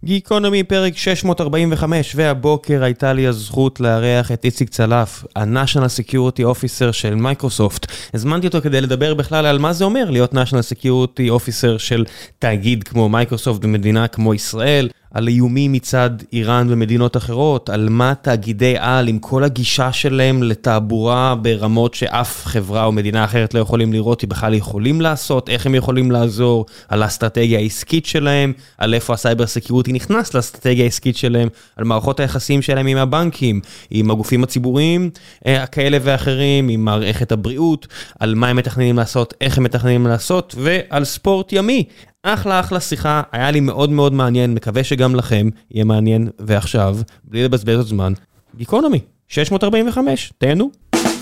גיקונומי פרק 645, והבוקר הייתה לי הזכות לארח את איציק צלף, ה-National Security Officer של מייקרוסופט. הזמנתי אותו כדי לדבר בכלל על מה זה אומר להיות National Security Officer של תאגיד כמו מייקרוסופט במדינה כמו ישראל, על איומים מצד איראן ומדינות אחרות, על מה תאגידי על עם כל הגישה שלהם לתעבורה ברמות שאף חברה או מדינה אחרת לא יכולים לראות, בכלל יכולים לעשות, איך הם יכולים לעזור, על האסטרטגיה העסקית שלהם, על איפה הסייבר סקיוריטי נכנס לאסטרטגיה העסקית שלהם, על מערכות היחסים שלהם עם הבנקים, עם הגופים הציבוריים, כאלה ואחרים, עם מערכת הבריאות, על מה הם מתכננים לעשות, איך הם מתכננים לעשות, ועל ספורט ימי. אחלה שיחה, היה לי מאוד מאוד מעניין, מקווה שגם לכם יהיה מעניין, ועכשיו, בלי לבזבז עוד זמן, גיקונומי, 645, תהנו.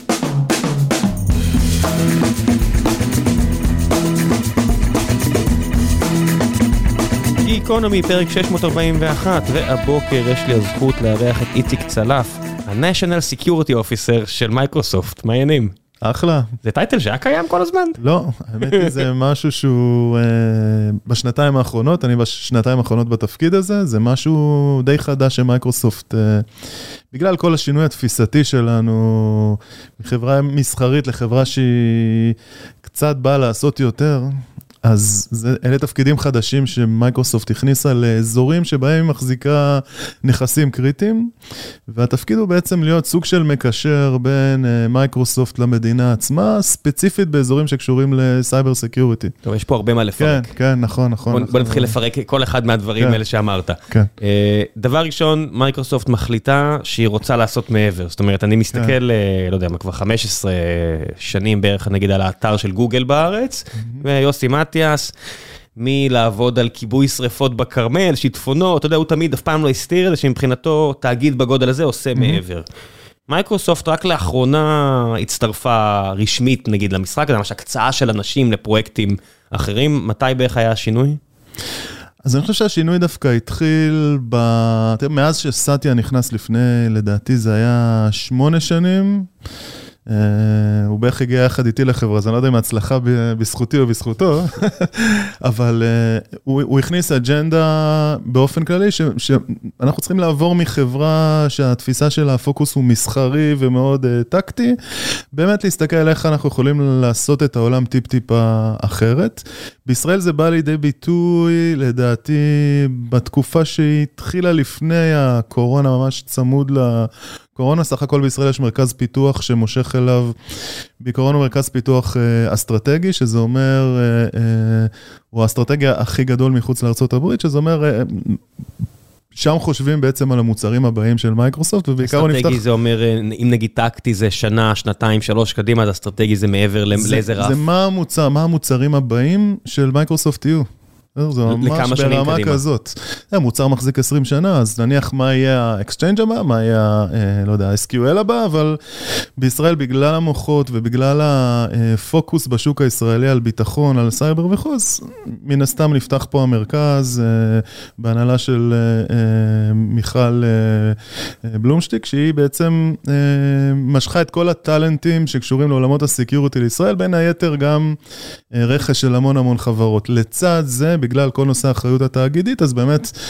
גיקונומי, פרק 641, והבוקר יש לי הזכות לארח את איציק צלף, ה-National Security Officer של מייקרוסופט, מה העניינים? אחלה. זה טייטל שהיה קיים כל הזמן? לא, האמת היא זה משהו שהוא בשנתיים האחרונות, אני בשנתיים האחרונות בתפקיד הזה, זה משהו די חדש שמייקרוסופט, בגלל כל השינוי התפיסתי שלנו, מחברה מסחרית לחברה שהיא קצת באה לעשות יותר, אז אלה תפקידים חדשים שמייקרוסופט הכניסה לאזורים שבהם היא מחזיקה נכסים קריטיים, והתפקיד הוא בעצם להיות סוג של מקשר בין מייקרוסופט למדינה עצמה, ספציפית באזורים שקשורים לסייבר סקיוריטי. טוב, יש פה הרבה מה לפרק. כן, נכון. בוא נתחיל לפרק כל אחד מהדברים האלה שאמרת. דבר ראשון, מייקרוסופט מחליטה שהיא רוצה לעשות מעבר. זאת אומרת, אני מסתכל, לא יודע מה, כבר 15 שנים בערך, נגיד, על האתר של גוגל בארץ, ויוסי מתיאס, מלעבוד על כיבוי שריפות בקרמל, שיטפונות, אתה יודע, הוא תמיד אף פעם לא הסתיר את זה, שמבחינתו תאגיד בגודל הזה עושה מעבר. מייקרוסופט רק לאחרונה הצטרפה רשמית, נגיד, למשחק, זה ממש הקצאה של אנשים לפרויקטים אחרים. מתי בערך היה השינוי? אז אני חושב שהשינוי דווקא התחיל מאז שסטיה נכנס לפני, לדעתי זה היה 8 שנים, הוא בערך הגיע יחד איתי לחברה, אז אני לא יודע אם ההצלחה בזכותי או בזכותו, אבל הוא הכניס אג'נדה באופן כללי, שאנחנו צריכים לעבור מחברה שהתפיסה של הפוקוס הוא מסחרי ומאוד טקטי, באמת להסתכל על איך אנחנו יכולים לעשות את העולם טיפ-טיפה אחרת. בישראל זה בא לידי ביטוי, לדעתי, בתקופה שהיא התחילה לפני הקורונה, ממש צמוד קורונה, סך הכל בישראל יש מרכז פיתוח שמושך אליו, בעיקרון הוא מרכז פיתוח אסטרטגי, שזה אומר, הוא האסטרטגיה הכי גדול מחוץ לארצות הברית, שזה אומר, שם חושבים בעצם על המוצרים הבאים של מייקרוסופט, ובעיקר הוא נפתח... אסטרטגי זה אומר, אם נגיד טקטי זה שנה, שנתיים, 3 קדימה, אז אסטרטגי זה מעבר לאיזה רף. זה מה המוצרים הבאים של מייקרוסופט יהיו. זה ממש ברמה כזאת. המוצר מחזיק 20 שנה, אז נניח מה יהיה ה-Exchange הבא, מה יהיה, לא יודע, ה-SQL הבא, אבל בישראל בגלל המוחות ובגלל הפוקוס בשוק הישראלי על ביטחון, על סייבר וחוץ, מן הסתם נפתח פה המרכז בהנהלה של מיכל בלומשטיק, שהיא בעצם משכה את כל הטלנטים שקשורים לעולמות הסקיוריטי לישראל, בין היתר גם רכש של המון חברות. לצד זה, בגלל כל נושא האחריות התאגידית, אז באמת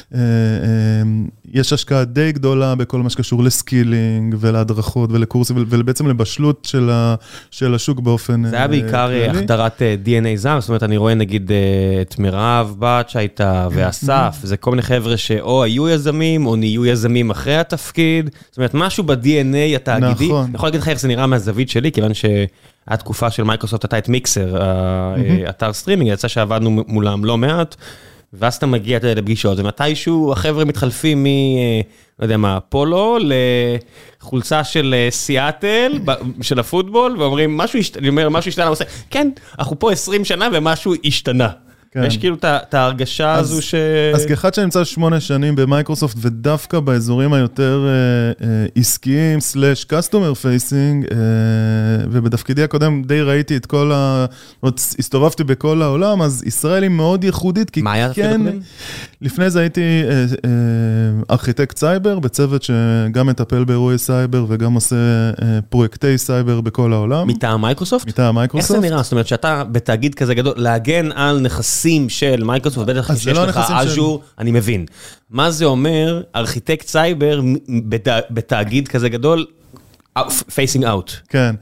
יש השקעה די גדולה בכל מה שקשור לסקילינג ולהדרכות ולקורסים, ובעצם לבשלות של השוק באופן... זה היה בעיקר החדרת DNA זר, זאת אומרת, אני רואה נגיד את מירב בת שהייתה ואסף, זה כל מיני חבר'ה שאו היו יזמים, או נהיו יזמים אחרי התפקיד, זאת אומרת, משהו ב-DNA התאגידי, אני יכול להגיד לך איך זה נראה מהזווית שלי, כיוון התקופה של מייקרוסופט הייתה את מיקסר, אתר סטרימינג, יצא שעבדנו מולם לא מעט, ואז אתה מגיע לפגישות, ומתישהו החבר'ה מתחלפים לא יודע מה, פולו, לחולצה של סיאטל, של הפוטבול, ואומרים, משהו השתנה, כן, אנחנו פה 20 שנה ומשהו השתנה. יש כאילו את ההרגשה הזו ש... אז כאחד שנמצא 8 שנים במייקרוסופט, ודווקא באזורים היותר עסקיים, /customer facing, ובתפקידי הקודם די ראיתי את כל הסתובבתי בכל העולם, אז ישראל היא מאוד ייחודית, כי מה היה תפקיד הקודם? לפני זה הייתי ארכיטקט סייבר, בצוות שגם מטפל באירועי סייבר, וגם עושה פרויקטי סייבר בכל העולם. מטעם מייקרוסופט? מטעם מייקרוסופט. איך זה נראה? זאת אומרת שאתה בתאגיד כזה גדול, להגן על נכס נכסים של מייקרוסופט, בטח שיש לך אז'ור, אני מבין. מה זה אומר, ארכיטקט סייבר בתאגיד כזה גדול, facing out? כן.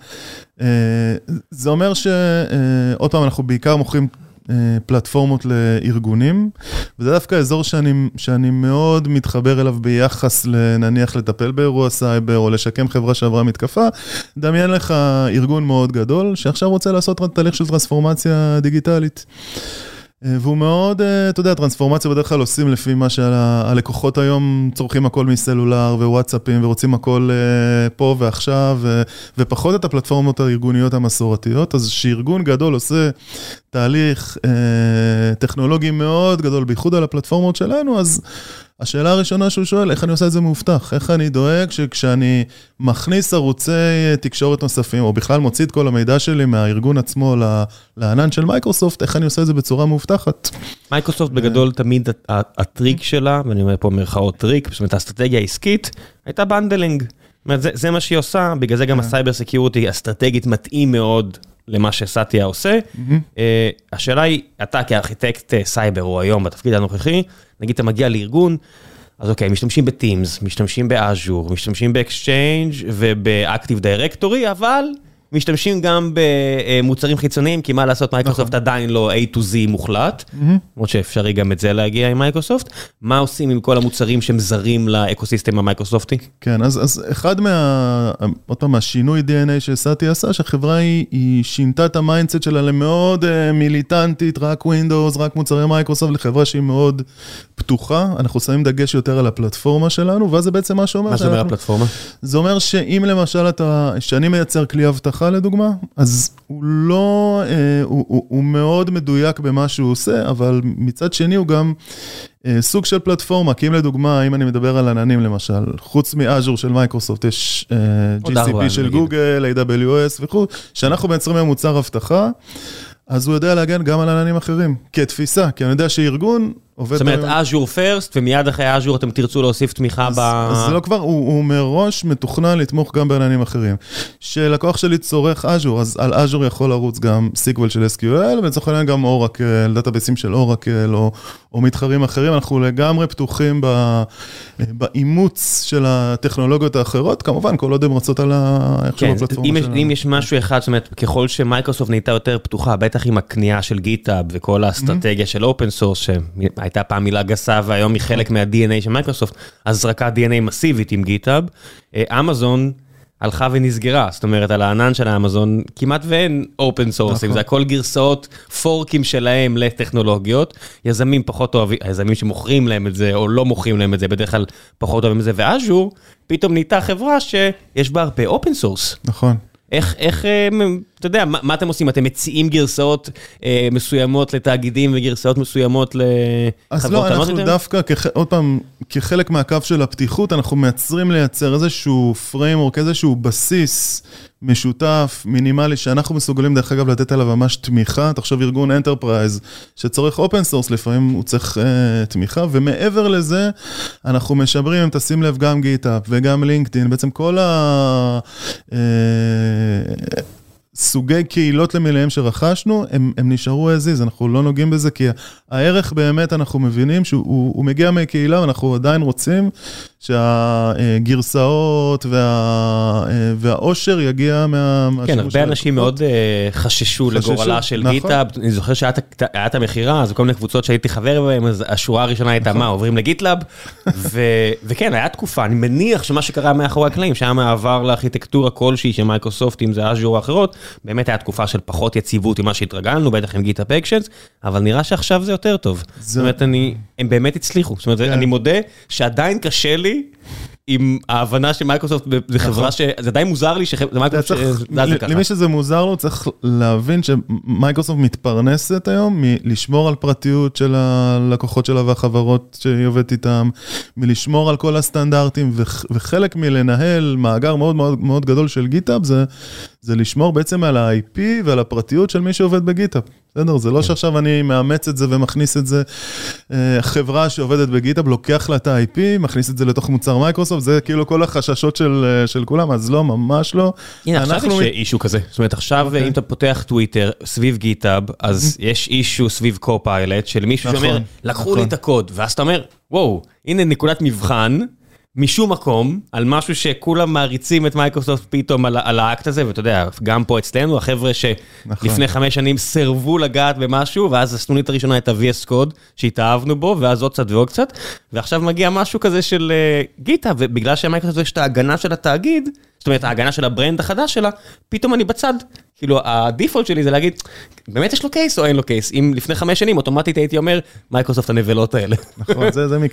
זה אומר שעוד פעם אנחנו בעיקר מוכרים פלטפורמות לארגונים, וזה דווקא אזור שאני מאוד מתחבר אליו ביחס לנניח לטפל באירוע סייבר, או לשקם חברה שעברה מתקפה. דמיין לך ארגון מאוד גדול, שעכשיו רוצה לעשות תהליך של טרנספורמציה דיגיטלית. והוא מאוד, אתה יודע, טרנספורמציה בדרך כלל עושים לפי מה שהלקוחות היום צורכים הכל מסלולר ווואטסאפים, ורוצים הכל פה ועכשיו, ופחות את הפלטפורמות הארגוניות המסורתיות. אז שארגון גדול עושה תהליך טכנולוגי מאוד גדול, בייחוד על הפלטפורמות שלנו, אז השאלה הראשונה שהוא שואל, איך אני עושה את זה מאובטח? איך אני דואג שכשאני מכניס ערוצי תקשורת נוספים, או בכלל מוציא את כל המידע שלי מהארגון עצמו לענן של מייקרוסופט, איך אני עושה את זה בצורה מאובטחת? מייקרוסופט בגדול תמיד הטריק שלה, ואני אומר פה מרכאות טריק, זאת אומרת האסטרטגיה העסקית, הייתה בנדלינג. זה מה שהיא עושה, בגלל זה גם הסייבר סקיוריטי אסטרטגית מתאים מאוד למה שסאטיה עושה. השאלה היא, אתה כארכיטקט סייבר, או היום בתפקיד הנוכחי, נגיד אתה מגיע לארגון, אז אוקיי, משתמשים בטימס, משתמשים באז'ור, משתמשים באקסצ'יינג' ובאקטיב דירקטורי, אבל משתמשים גם במוצרים חיצוניים, כי מה לעשות, מייקרוסופט עדיין לא A to Z מוחלט, למרות שאפשרי גם את זה להגיע עם מייקרוסופט. מה עושים עם כל המוצרים שהם זרים לאקוסיסטם המייקרוסופטי? כן, אז אחד עוד פעם, השינוי DNA שסאטי עשה, שהחברה היא שינתה את המיינדסט שלה למאוד מיליטנטית, רק ווינדוס, רק מוצרי מייקרוסופט, לחברה שהיא מאוד פתוחה. אנחנו שמים דגש יותר על הפלטפורמה שלנו, ואז זה בעצם מה שאומר. מה זה אומר הפלטפורמה? זה אומר שאם למשל שאני מייצר כלי אבטחה לדוגמה, אז הוא לא, הוא מאוד מדויק במה שהוא עושה, אבל מצד שני הוא גם סוג של פלטפורמה, כי אם לדוגמה, אם אני מדבר על עננים למשל, חוץ מאז'ור של מייקרוסופט, יש GCP של גוגל, AWS וכו', שאנחנו מייצרים היום מוצר אבטחה, אז הוא יודע להגן גם על עננים אחרים, כתפיסה, כי אני יודע שארגון עובד... זאת אומרת, אז'ור פרסט, ומיד אחרי אז'ור אתם תרצו להוסיף תמיכה ב... אז זה לא כבר, הוא מראש מתוכנן לתמוך גם בעננים אחרים. שלקוח שלי צורך אז'ור, אז על אז'ור יכול לרוץ גם סיקוול של SQL, וצריך להם גם אורקל, דאטאבייסים של אורקל, או מתחרים אחרים. אנחנו לגמרי פתוחים באימוץ של הטכנולוגיות האחרות, כמובן, כל עוד הם רצות על כן, אם יש משהו אחד, זאת אומרת, ככל שמייקרוסופט נהייתה יותר פתוחה, בטח עם הקנייה של גיטאב וכל האסטרטגיה של אופן סורס, הייתה פעם מילה גסה, והיום היא חלק מה-DNA של מייקרוסופט, אז זרקה DNA מסיבית עם גיטאב. אמזון הלכה ונסגרה, זאת אומרת, על הענן של האמזון, כמעט ואין אופן סורסים, זה הכל גרסאות, פורקים שלהם לטכנולוגיות, יזמים פחות אוהבים, היזמים שמוכרים להם את זה, או לא מוכרים להם את זה, בדרך כלל פחות אוהבים את זה, ואז'ור, פתאום נהייתה חברה שיש בה הרבה אופן סורס. נכון. איך, אתה יודע, מה אתם עושים? אתם מציעים גרסאות מסוימות לתאגידים וגרסאות מסוימות לחברות? אז לא, אנחנו דווקא, עוד פעם, כחלק מהקו של הפתיחות, אנחנו מייצרים לייצר איזשהו פריימורק, איזשהו בסיס משותף, מינימלי, שאנחנו מסוגלים דרך אגב לתת עליו ממש תמיכה. תחשוב ארגון אנטרפרייז שצורך אופן סורס, לפעמים הוא צריך תמיכה, ומעבר לזה אנחנו משברים, אם תשים לב, גם גיטאפ וגם לינקדאין, בעצם כל סוגי קהילות למיליהם שרכשנו, הם נשארו הזיז, אנחנו לא נוגעים בזה, כי הערך באמת אנחנו מבינים שהוא מגיע מהקהילה, ואנחנו עדיין רוצים שהגרסאות והאושר יגיע כן, הרבה אנשים מאוד חשששו לגורלה של גיטאב, אני זוכר שהיה את המחירה, אז כל מיני קבוצות שהייתי חבר בהם, אז השורה הראשונה הייתה מה, עוברים לגיטלאב, וכן, היה תקופה, אני מניח שמה שקרה מאחורי הקלעים, שהיה מעבר לארכיטקטורה כלשהי של מייקרוסופט, אם זה אז'ור או אחרות, באמת היה תקופה של פחות יציבות עם מה שהתרגלנו, בטח עם גיטאב אקשנס, אבל נראה שעכשיו זה יותר טוב. זאת אומרת, הם באמת הצליחו. זאת אומרת, אני מודה שעדיין קשה לי עם ההבנה שמייקרוסופט זה חברה זה עדיין מוזר לי שמייקרוסופט זה ככה. למי שזה מוזר לו, צריך להבין שמייקרוסופט מתפרנסת היום מלשמור על פרטיות של הלקוחות שלה והחברות שהיא עובדת איתם, מלשמור על כל הסטנדרטים, וחלק מלנהל מאגר מאוד מאוד מאוד גדול של גיטאב, זה לשמור בעצם על ה-IP ועל הפרטיות של מי שעובד בגיטאב. בסדר? זה לא שעכשיו אני מאמץ את זה ומכניס את זה, חברה שעובדת בגיטאב, לוקח לה את ה-IP, מכניס את זה לתוך מוצר מייקרוסופט, זה כאילו כל החששות של כולם, אז לא, ממש לא. הנה, עכשיו יש אישו כזה. זאת אומרת, עכשיו אם אתה פותח טוויטר סביב גיטאב, אז יש אישו סביב קופיילוט של מישהו שאומר, לקחו לי את הקוד, ואז אתה אומר, וואו, הנה נקודת מבחן, משום מקום, על משהו שכולם מעריצים את מייקרוסופט פתאום על האקט הזה, ואתה יודע, גם פה אצלנו, החבר'ה שלפני 5 שנים סרבו לגעת במשהו, ואז הסנונית הראשונה הייתה VS Code, שהתאהבנו בו, ואז עוד קצת ועוד קצת, ועכשיו מגיע משהו כזה של גיטאב, ובגלל שמייקרוסופט יש את ההגנה של התאגיד, זאת אומרת, ההגנה של הברנד החדש שלה, פתאום אני בצד. כאילו, הדיפולט שלי זה להגיד, באמת יש לו קייס או אין לו קייס? אם לפני 5 שנים, אוטומטית הייתי אומר, מייקרוסופט הנבלות האלה. נכון,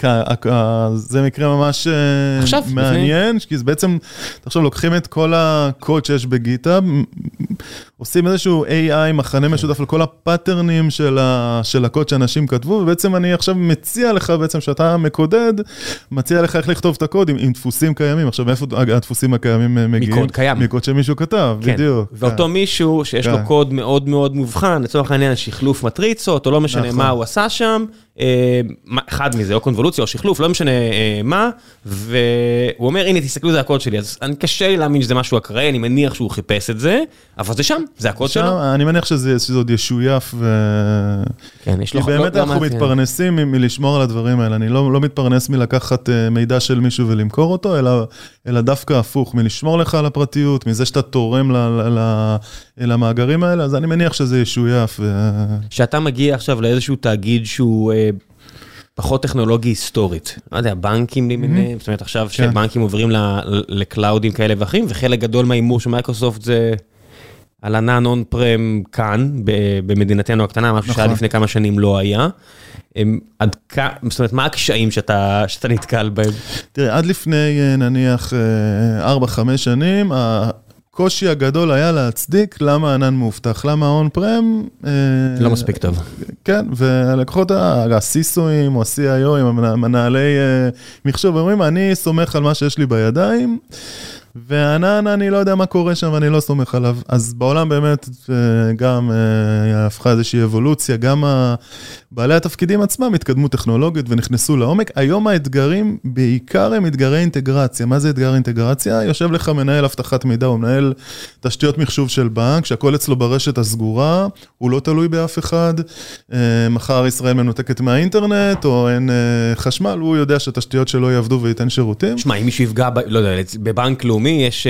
זה מקרה ממש מעניין, כי זה בעצם, עכשיו לוקחים את כל הקוד שיש בגיטאב, עושים איזשהו AI, מחנה משותף על כל הפאטרנים של הקוד שאנשים כתבו, ובעצם אני עכשיו מציע לך, בעצם שאתה מקודד, מציע לך איך לכתוב את הקוד עם דפוסים קיימים. עכשיו, מאיפה הדפוסים הקיימים מגיעים? מקוד קיים. מקוד שמישהו כתב, בדיוק. ואותו מישהו שיש לו קוד מאוד מאוד מובחן, לצורך העניין שחלוף מטריצות, או לא משנה מה הוא עשה שם, אחד מזה, או קונבולוציה, או שחלוף, לא משנה מה, והוא אומר, הנה, תסתכלו, זה הקוד שלי, אז אני קשה לי להאמין שזה משהו אקראי, אני מניח שהוא חיפש את זה, אבל זה שם, זה הקוד שלו. אני מניח שזה עוד ישויף, כי באמת אנחנו מתפרנסים מלשמור על הדברים האלה, אני לא מתפרנס מלקחת מידע של מישהו ולמכור אותו, אלא דווקא הפוך, מלשמור לך על הפרטיות, מזה שאתה תורם למאגרים האלה, אז אני מניח שזה ישויף. שאתה מגיע עכשיו לאיזשהו תאגיד שהוא פחות טכנולוגי היסטורית. לא יודע, בנקים למיניהם, זאת אומרת עכשיו שבנקים עוברים לקלאודים כאלה ואחרים, וחלק גדול מהאימור של מייקרוסופט זה על ענן און פרם כאן, במדינתנו הקטנה, משהו שהיה לפני כמה שנים לא היה. זאת אומרת, מה הקשיים שאתה נתקל בהם? תראה, עד לפני נניח 4-5 שנים, הקושי הגדול היה להצדיק למה ענן מובטח, למה און פרם לא מספיק טוב. כן, והלקוחות, הסיסויים או ה-CIO, המנהלי מחשוב, אומרים, אני סומך על מה שיש לי בידיים, וענן, אני לא יודע מה קורה שם, ואני לא סומך עליו. אז בעולם באמת גם הפכה איזושהי אבולוציה, גם בעלי התפקידים עצמם התקדמו טכנולוגית ונכנסו לעומק. היום האתגרים בעיקר הם אתגרי אינטגרציה. מה זה אתגר אינטגרציה? יושב לך מנהל הבטחת מידע, הוא מנהל תשתיות מחשוב של בנק, שהכל אצלו ברשת הסגורה, הוא לא תלוי באף אחד. מחר ישראל מנותקת מהאינטרנט, או אין חשמל, הוא יודע שהתשתיות שלו יעבדו וייתן שירותים. שמע, אם מישהו יפגע, לא יודע, בבנק לאומי יש,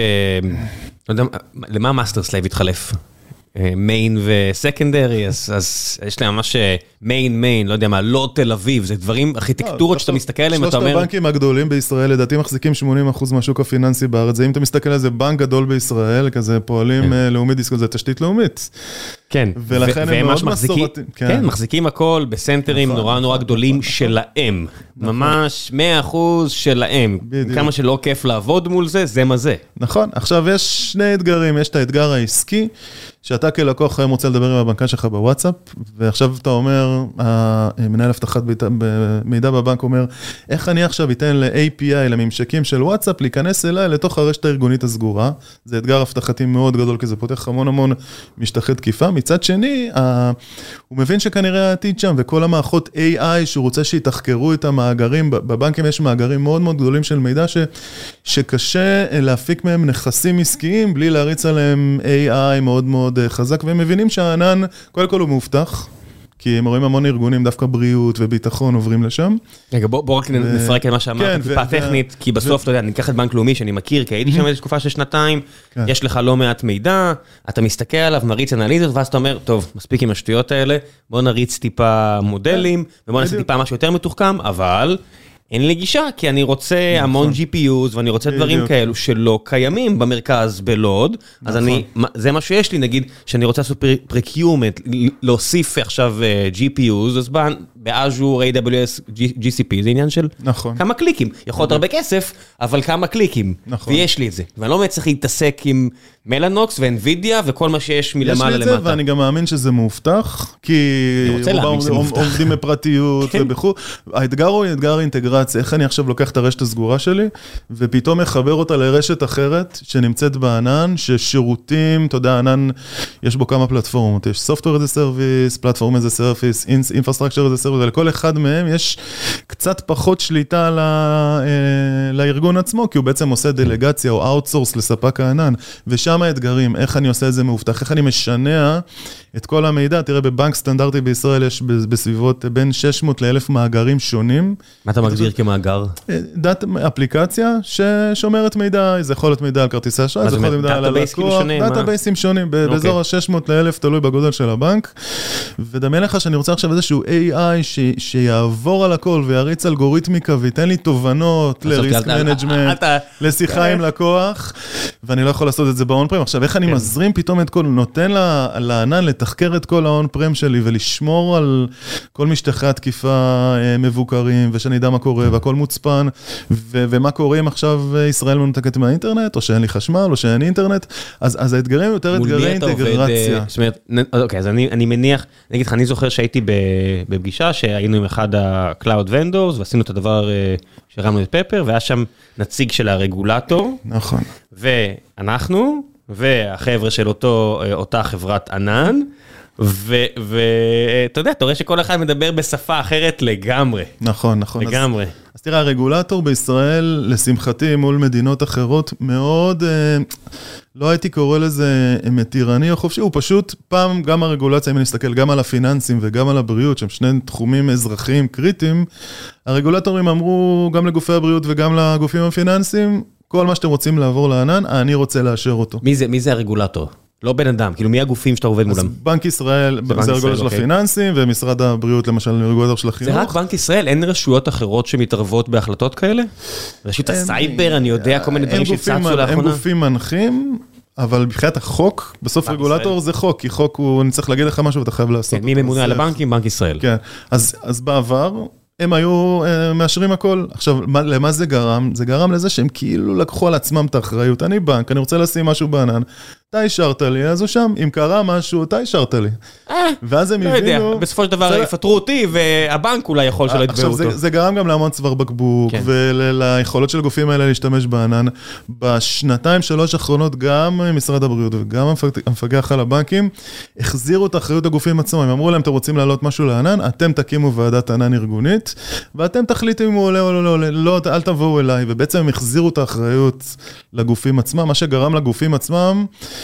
לא יודע, למה מאסטר סלייב התחלף? מיין וסקנדרי, אז יש להם ממש מיין, לא יודע מה, לא תל אביב, זה דברים, ארכיטקטורות שאתה מסתכל עליהם, אתה אומר... שלושת הבנקים הגדולים בישראל, לדעתי מחזיקים 80% מהשוק הפיננסי בארץ, זה אם אתה מסתכל על זה בנק גדול בישראל, כזה פועלים לאומית דיסקו, זה תשתית לאומית. כן, ולכן הם מאוד מסורתיים. כן, מחזיקים הכל בסנטרים נורא דברים שלהם, ממש 100% שלהם. כמה שלא כיף לעבוד מול זה, זה מה זה. נכון, עכשיו יש שני אתגרים, יש את האתגר העסקי, שאתה כלקוח היום רוצה לדבר עם הבנקה שלך בוואטסאפ, ועכשיו אתה אומר, המנהל הבטחת מידע בבנק אומר, איך אני עכשיו אתן ל-API, לממשקים של וואטסאפ, להיכנס אליי לתוך הרשת הארגונית הסגורה. זה אתגר הבטחתי מאוד גדול, כי זה פותח המון משטחי תקיפה. מצד שני, הוא מבין שכנראה העתיד שם, וכל המערכות AI שהוא רוצה שיתחקרו את המאגרים, בבנקים יש מאגרים מאוד מאוד גדולים של מידע, שקשה להפיק מהם נכסים עסקיים, בלי להריץ עליהם AI מאוד מאוד חזק, והם מבינים שהענן, קודם כל הוא מובטח, כי הם רואים המון ארגונים, דווקא בריאות וביטחון עוברים לשם. רגע, בוא רק נפרק את מה שאמרת, טיפה טכנית, כי בסוף, אתה יודע, אני אקח את בנק לאומי שאני מכיר, כי הייתי שם איזו תקופה של 2 שנתיים, יש לך לא מעט מידע, אתה מסתכל עליו, מריץ אנליזות, ואז אתה אומר, טוב, מספיק עם השטויות האלה, בוא נריץ טיפה מודלים, ובוא נעשה טיפה משהו יותר מתוחכם, אבל אין לי גישה, כי אני רוצה המון GPUs, ואני רוצה דברים כאלו שלא קיימים במרכז בלוד, אז זה מה שיש לי, נגיד, שאני רוצה לעשות procurement, להוסיף עכשיו GPUs, אז באז'ור, AWS, GCP, זה עניין של כמה קליקים. יכול להיות הרבה כסף, אבל כמה קליקים. ויש לי את זה. ואני לא צריך להתעסק עם מלאנוקס ואנווידיה וכל מה שיש מלמעלה למטה. יש לי את זה, ואני גם מאמין שזה מאובטח, כי עומדים בפרטיות ובחור. האתגר הוא אתגר אינטגרציה. איך אני עכשיו לוקח את הרשת הסגורה שלי, ופתאום מחבר אותה לרשת אחרת, שנמצאת בענן, ששירותים, אתה יודע, ענן, יש בו כמה פלטפורמות. יש Software as a Service, Platform as a Service, Infrastructure as a Service, ולכל אחד מהם יש קצת פחות שליטה לארגון עצמו, כי הוא בעצם עושה דלגציה או אאוטסורס לספק הענן. ושם האתגרים, איך אני עושה את זה מאובטח, איך אני משנע את כל המידע. תראה, בבנק סטנדרטי בישראל יש בסביבות בין 600 ל-1,000 מאגרים שונים. מה אתה מגדיר כמאגר? אפליקציה ששומרת מידע, זה יכול להיות מידע על כרטיסי אשראי, זה יכול להיות מידע על הלקוח, דאטאבייסים שונים, באזור ה-600 ל-1,000, תלוי בגודל של הבנק. ודמיין לך שאני רוצה עכשיו איזשהו AI שיעבור על הכל ויריץ אלגוריתמיקה וייתן לי תובנות לריסק מנג'מנט, לשיחה עם לקוח, ואני לא יכול לעשות את זה באון-פרם. עכשיו, איך אני מזרים פתאום את כל, נותן לענן לתחקר את כל האון-פרם שלי ולשמור על כל משטחי התקיפה מבוקרים, ושאני יודע מה קורה, והכל מוצפן, ומה קורה אם עכשיו ישראל מנותקת מהאינטרנט, או שאין לי חשמל, או שאין אינטרנט, אז האתגרים יותר אתגרי אינטגרציה. זאת אומרת, אוקיי, אז אני מניח, נגיד לך, אני זוכר שהייתי בפגישה, שהיינו עם אחד ה-Cloud Vendors, ועשינו את הדבר שהרמנו את פפר, והיה שם נציג של הרגולטור. נכון. ואנחנו, והחבר'ה של אותה חברת ענן, ואתה יודע, אתה רואה שכל אחד מדבר בשפה אחרת לגמרי. נכון, נכון. לגמרי. אז תראה, הרגולטור בישראל, לשמחתי, מול מדינות אחרות, מאוד, לא הייתי קורא לזה מתירני או חופשי, הוא פשוט, פעם גם הרגולציה, אם אני אסתכל גם על הפיננסים וגם על הבריאות, שהם שני תחומים אזרחיים קריטיים, הרגולטורים אמרו גם לגופי הבריאות וגם לגופים הפיננסיים, כל מה שאתם רוצים לעבור לענן, אני רוצה לאשר אותו. מי זה הרגולטור? לא בן אדם, כאילו מי הגופים שאתה עובד מולם? בנק ישראל, זה הרגולטור של הפיננסים, ומשרד הבריאות למשל, הרגולטור של החינוך. זה רק בנק ישראל, אין רשויות אחרות שמתערבות בהחלטות כאלה? רשות הסייבר, אני יודע, כל מיני דברים שצצו לאחרונה. הם גופים מנחים, אבל מבחינת החוק, בסוף רגולטור זה חוק, כי חוק הוא, אני צריך להגיד לך משהו ואתה חייב לעשות. מי ממונה על הבנקים? בנק ישראל. כן, אז בעבר, הם היו מאשרים הכל. עכשיו, למה זה גרם? זה גרם לזה שהם כאילו לקחו על עצמם את האחריות. אני בנק, אני רוצה לשים משהו בענן. אתה השארת לי, אז הוא שם. אם קרה משהו, אתה השארת לי. ואז הם הבינו... לא יודע, בסופו של דבר יפטרו אותי, והבנק אולי יכול שלא יתבעו אותו. עכשיו, זה גרם גם להמון צוואר בקבוק, וליכולות של הגופים האלה להשתמש בענן. בשנתיים, 3 האחרונות, גם משרד הבריאות וגם המפקח על הבנקים, החזירו את האחריות הגופים עצמם. הם אמרו להם, אתם רוצים להעלות משהו לענן, אתם תקימו ועדת ענן ארגונית, ואתם תחליטו אם הוא עולה או לא עולה, לא, אל תבואו אליי, ובעצם הם החזירו את האחריות לגופים עצמם, מה שגרם לגופים עצמם,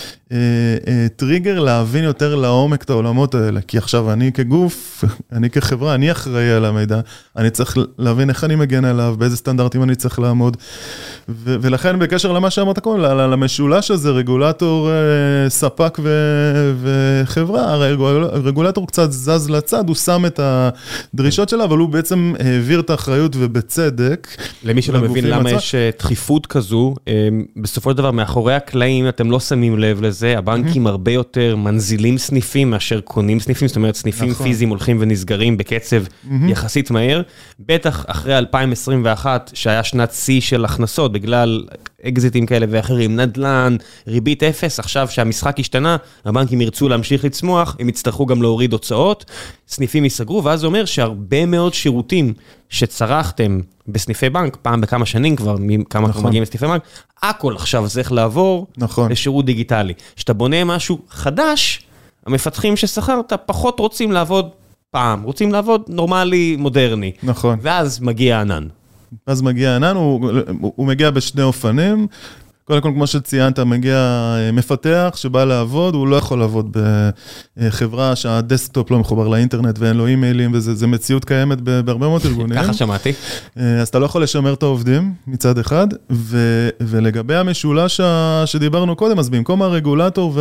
טריגר להבין יותר לעומק את העולמות האלה, כי עכשיו אני כגוף, אני כחברה, אני אחראי על המידע, אני צריך להבין איך אני מגן עליו, באיזה סטנדרטים אני צריך לעמוד, ולכן בקשר למה שאמרת קודם, למשולש הזה, רגולטור, ספק וחברה, הרגולטור קצת זז לצד, הוא שם את הדרישות שלה, אבל הוא בעצם העביר את האחריות ובצדק. למי שלא מבין למה יש דחיפות כזו, בסופו של דבר מאחורי הקלעים אתם לא שמים לב לזה, הבנקים הרבה יותר מנזילים סניפים מאשר קונים סניפים, זאת אומרת סניפים פיזיים הולכים ונסגרים בקצב יחסית מהר, בטח אחרי 2021 שהיה שנת שיא של הכנסות בגלל אקזיטים כאלה ואחרים, נדל"ן, ריבית אפס, עכשיו שהמשחק השתנה, הבנקים ירצו להמשיך לצמוח, הם יצטרכו גם להוריד הוצאות, סניפים ייסגרו, ואז זה אומר שהרבה מאוד שירותים שצרכתם בסניפי בנק, פעם בכמה שנים כבר, כמה אנחנו מגיעים לסניפי בנק, הכל עכשיו צריך לעבור לשירות דיגיטלי. כשאתה בונה משהו חדש, המפתחים ששכרת פחות רוצים לעבוד פעם, רוצים לעבוד נורמלי, מודרני. נכון. ואז מגיע ענן. אז מגיע ענן, הוא מגיע בשני אופנים, קודם כל, כמו שציינת, מגיע מפתח שבא לעבוד, הוא לא יכול לעבוד בחברה שהדסקטופ לא מחובר לאינטרנט ואין לו אימיילים, וזה מציאות קיימת בהרבה מאוד ארגונים. ככה שמעתי. אז אתה לא יכול לשמר את העובדים מצד אחד, ולגבי המשולש שדיברנו קודם, אז במקום הרגולטור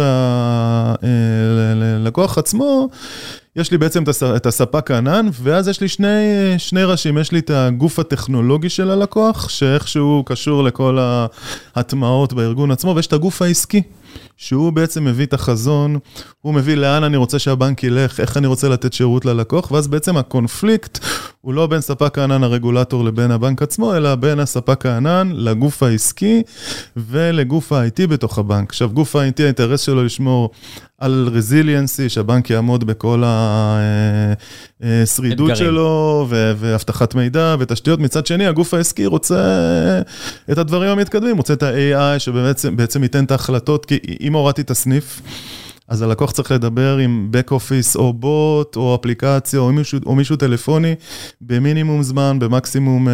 והלקוח עצמו, יש לי בעצם את הספק ענן, ואז יש לי שני ראשים, יש לי את הגוף הטכנולוגי של הלקוח, שאיכשהו קשור לכל ההטמעות בארגון עצמו, ויש את הגוף העסקי. שהוא בעצם מביא את החזון, הוא מביא לאן אני רוצה שהבנק ילך, איך אני רוצה לתת שירות ללקוח, ואז בעצם הקונפליקט הוא לא בין ספק הענן הרגולטור לבין הבנק עצמו, אלא בין הספק הענן לגוף העסקי ולגוף ה-IT בתוך הבנק. עכשיו, גוף ה-IT, האינטרס שלו לשמור על רזיליאנסי, שהבנק יעמוד בכל השרידות שלו, והבטחת מידע ותשתיות. מצד שני, הגוף העסקי רוצה את הדברים המתקדמים, רוצה את ה-AI שבעצם ייתן את ההחלטות, כי אם הורדתי את הסניף, אז הלקוח צריך לדבר עם back office או בוט או אפליקציה או מישהו טלפוני במינימום זמן, במקסימום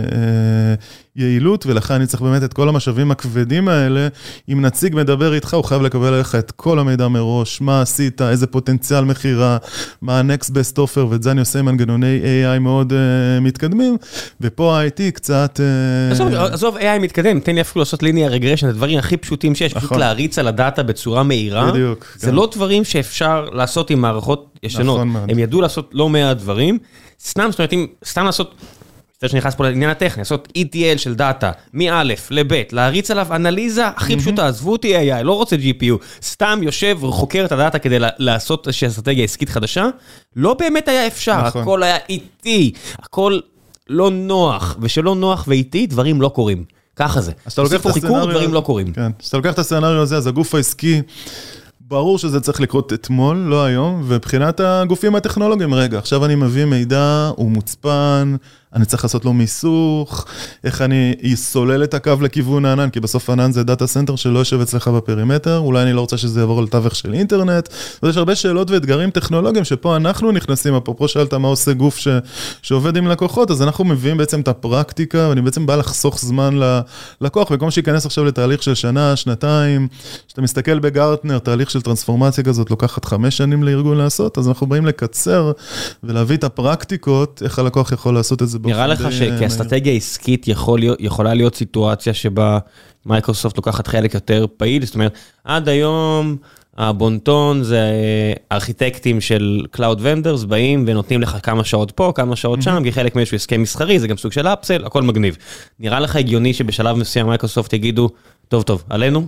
יעילות, ולכן אני צריך באמת את כל המשאבים הכבדים האלה. אם נציג מדבר איתך, הוא חייב לקבל עליך את כל המידע מראש, מה עשית, איזה פוטנציאל מחירה, מה ה-next best offer, ואת זה אני עושה עם מנגנוני AI מאוד מתקדמים, ופה ה-IT קצת... עזוב AI מתקדם, תן לי אפילו לעשות ליניאר רגרשן, הדברים הכי פשוטים שיש, פשוט להריץ על הדאטה בצורה מהירה. בדיוק. זה לא דברים שאפשר לעשות עם מערכות ישנות. הם ידעו לעשות לא מעט דברים, סתם לעשות... שנכנס פה לעניין הטכני, לעשות ETL של דאטה, מא' לב', להריץ עליו אנליזה הכי פשוטה, עזבו אותי AI, לא רוצה GPU, סתם יושב וחוקר את הדאטה כדי לעשות איזושהי אסטרטגיה עסקית חדשה, לא באמת היה אפשר, הכל היה איטי, הכל לא נוח, ושלא נוח ואיטי, דברים לא קורים. ככה זה. תוסיפו חיקור, דברים לא קורים. כן, אז אתה לוקח את הסצנריו הזה, אז הגוף העסקי, ברור שזה צריך לקרות אתמול, לא היום, ובחינת הגופים הטכנולוגיים, רגע, עכשיו אני מביא מידע, הוא מוצפן, אני צריך לעשות לו מיסוך, איך אני אסולל את הקו לכיוון הענן, כי בסוף הענן זה דאטה סנטר שלא יושב אצלך בפרימטר, אולי אני לא רוצה שזה יעבור לתווך של אינטרנט, ויש הרבה שאלות ואתגרים טכנולוגיים, שפה אנחנו נכנסים, אפרופו שאלת מה עושה גוף שעובד עם לקוחות, אז אנחנו מביאים בעצם את הפרקטיקה, ואני בעצם בא לחסוך זמן ללקוח, במקום שיכנס עכשיו לתהליך של שנה, שנתיים, שאתה מסתכל בגרטנר, תהליך של טרנספורמציה כזאת, לוקחת 5 שנים לארגון לעשות, אז אנחנו באים לקצר ולהביא את הפרקטיקות, איך הלקוח יכול לעשות את זה. נראה לך שכאסטרטגיה עסקית יכולה להיות סיטואציה שבה מייקרוסופט לוקחת חלק יותר פעיל, זאת אומרת, עד היום הבונטון זה ארכיטקטים של Cloud Vendors באים ונותנים לך כמה שעות פה, כמה שעות שם, כי חלק מאיזשהו הסכם מסחרי, זה גם סוג של אפסל, הכל מגניב. נראה לך הגיוני שבשלב מסוים מייקרוסופט יגידו, טוב, עלינו?